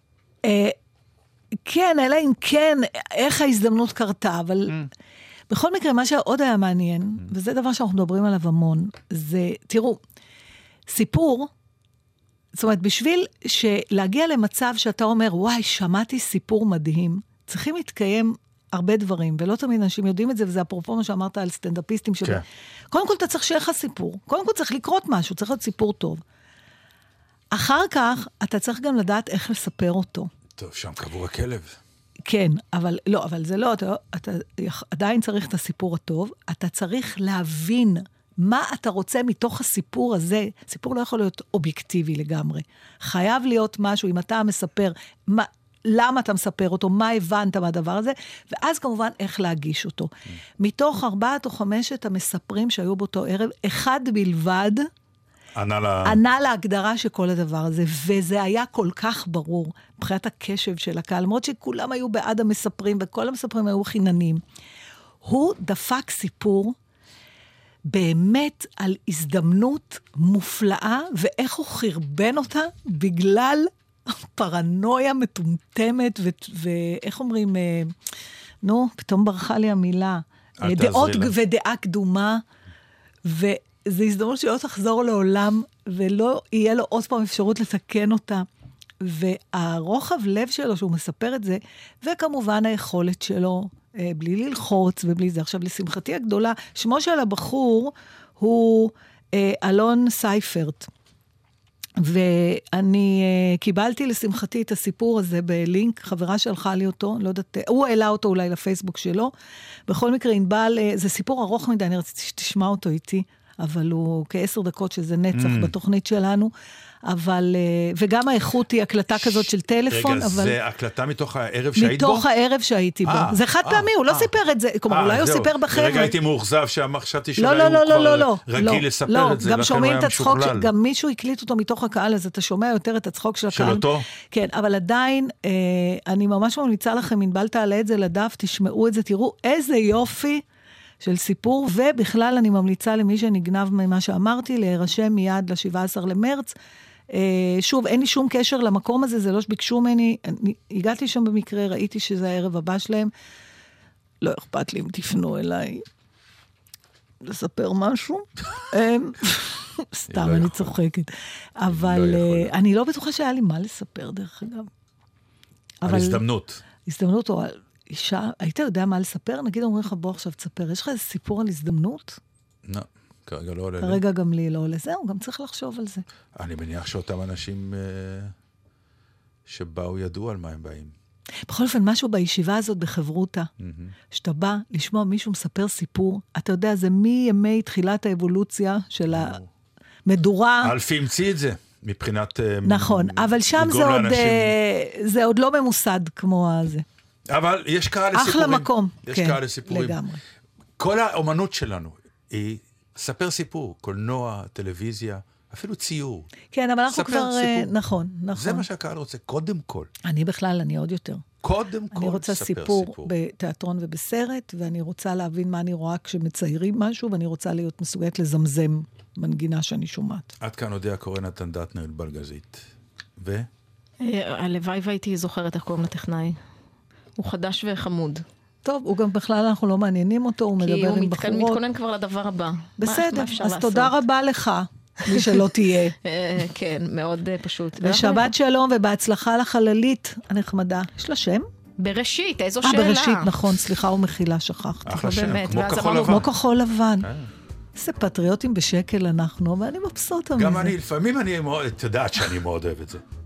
כן, אלא אם כן, איך ההזדמנות קרתה, אבל בכל מקרה, מה שעוד היה מעניין, וזה דבר שאנחנו מדברים עליו המון, זה, תראו, סיפור, זאת אומרת, בשביל להגיע למצב שאתה אומר, וואי, שמעתי סיפור מדהים, צריכים להתקיים הרבה דברים, ולא תמיד אנשים יודעים את זה, וזה אפרופו מה שאמרת על סטנדאפיסטים, שב... כן. קודם כל אתה צריך שיהיה לך סיפור, קודם כל צריך לקרות משהו, צריך להיות סיפור טוב. אחר כך, אתה צריך גם לדעת איך לספר אותו. טוב, שם קבור הכלב. כן, אבל לא, אבל זה לא, אתה, אתה עדיין צריך את הסיפור הטוב, אתה צריך להבין מה אתה רוצה מתוך הסיפור הזה. סיפור לא יכול להיות אובייקטיבי לגמרי. חייב להיות משהו, אם אתה מספר, מה... למה אתה מספר אותו, מה הבנת מהדבר הזה, ואז כמובן איך להגיש אותו. Mm. מתוך ארבעת או חמשת המספרים שהיו באותו ערב, אחד בלבד, ענה, לה... ענה להגדרה של כל הדבר הזה, וזה היה כל כך ברור, מבחינת הקשב של הקהל, למרות שכולם היו בעד המספרים, וכל המספרים היו חיננים. הוא דפק סיפור, באמת על הזדמנות מופלאה, ואיך הוא חרבן אותה, בגלל... פרנויה מטומטמת, ואיך אומרים, נו, פתאום ברחה לי המילה, דעות ודעה קדומה, וזו הזדמנות שלא תחזור לעולם, ולא יהיה לו עוד פעם אפשרות לתקן אותה, והרוחב לב שלו, שהוא מספר את זה, וכמובן היכולת שלו, בלי ללחוץ ובלי זה. עכשיו, לשמחתי הגדולה, שמו של הבחור הוא אלון סייפרט, ואני uh, קיבלתי לשמחתי את הסיפור הזה בלינק, חברה שלחה לי אותו, לא יודעת, הוא העלה אותו אולי לפייסבוק שלו, בכל מקרה ענבל, uh, זה סיפור ארוך מדי, אני רציתי שתשמע אותו איתי, אבל הוא כעשר דקות שזה נצח mm. בתוכנית שלנו, אבל, וגם האיכות היא הקלטה כזאת של טלפון. רגע, אבל... זה הקלטה מתוך הערב שהיית בו? מתוך הערב שהייתי בו. זה חד פעמי, הוא לא סיפר את זה, כלומר, אולי הוא סיפר בחרב. רגע, הייתי מאוכזב שחשבתי שאולי הוא כבר רגיל לספר את זה, גם שומעים את הצחוק, גם מישהו הקליט אותו מתוך הקהל, אז אתה שומע יותר את הצחוק של הקהל. של אותו? כן, אבל עדיין, אני ממש ממליצה לכם, אם בל תעלה את זה לדף, תשמעו את זה, תראו איזה יופי של סיפור, ובכלל אני ממליצה למי שנגנב ממה שאמרתי, להירשם מיד ל-שבעה עשר למרץ. שוב, אין לי שום קשר למקום הזה, זה לא שביקשו ממני, אני הגעתי שם במקרה, ראיתי שזה הערב הבא שלהם, לא אכפת לי אם תפנו אליי לספר משהו, סתם אני צוחקת, אבל אני לא בטוחה שהיה לי מה לספר דרך אגב. על הזדמנות. הזדמנות או על אישה, היית יודע מה לספר? נגיד אומרים לך בוא עכשיו תספר, יש לך איזה סיפור על הזדמנות? לא. כרגע לא עולה. כרגע גם לי לא עולה. זהו, גם צריך לחשוב על זה. אני מניח שאותם אנשים שבאו ידעו על מה הם באים. בכל אופן, משהו בישיבה הזאת בחברותה, שאתה בא לשמוע מישהו מספר סיפור, אתה יודע, זה מימי תחילת האבולוציה של המדורה. אלפי המציא את זה, מבחינת... נכון, אבל שם זה עוד, זה עוד לא ממוסד כמו הזה. אבל יש קהל לסיפורים. אחלה מקום. יש קהל לסיפורים. לגמרי. כל האומנות שלנו היא... ספר סיפור, קולנוע, טלוויזיה, אפילו ציור. כן, אבל אנחנו כבר... סיפור. נכון, נכון. זה מה שהקהל רוצה, קודם כל. אני בכלל, אני עוד יותר. קודם כל, אני רוצה סיפור, סיפור בתיאטרון ובסרט, ואני רוצה להבין מה אני רואה כשמציירים משהו, ואני רוצה להיות מסוגלת לזמזם מנגינה שאני שומעת. עד כאן יודע קורא נתן דטנר בלגזית. ו? הלוואי והייתי זוכרת איך קוראים לטכנאי. הוא חדש וחמוד. טוב, הוא גם בכלל אנחנו לא מעניינים אותו, הוא מדבר עם בחורות. כי הוא מתכונן כבר לדבר הבא. בסדר, אז תודה רבה לך, מי שלא תהיה. כן, מאוד פשוט. ושבת שלום ובהצלחה לחללית הנחמדה. יש לה שם? בראשית, איזו שאלה. אה, בראשית, נכון, סליחה ומחילה, שכחתי. אחלה שם, כמו כחול לבן. כמו כחול לבן. איזה פטריוטים בשקל אנחנו, ואני מבסוט. גם אני, לפעמים אני מאוד, את יודעת שאני מאוד אוהב את זה.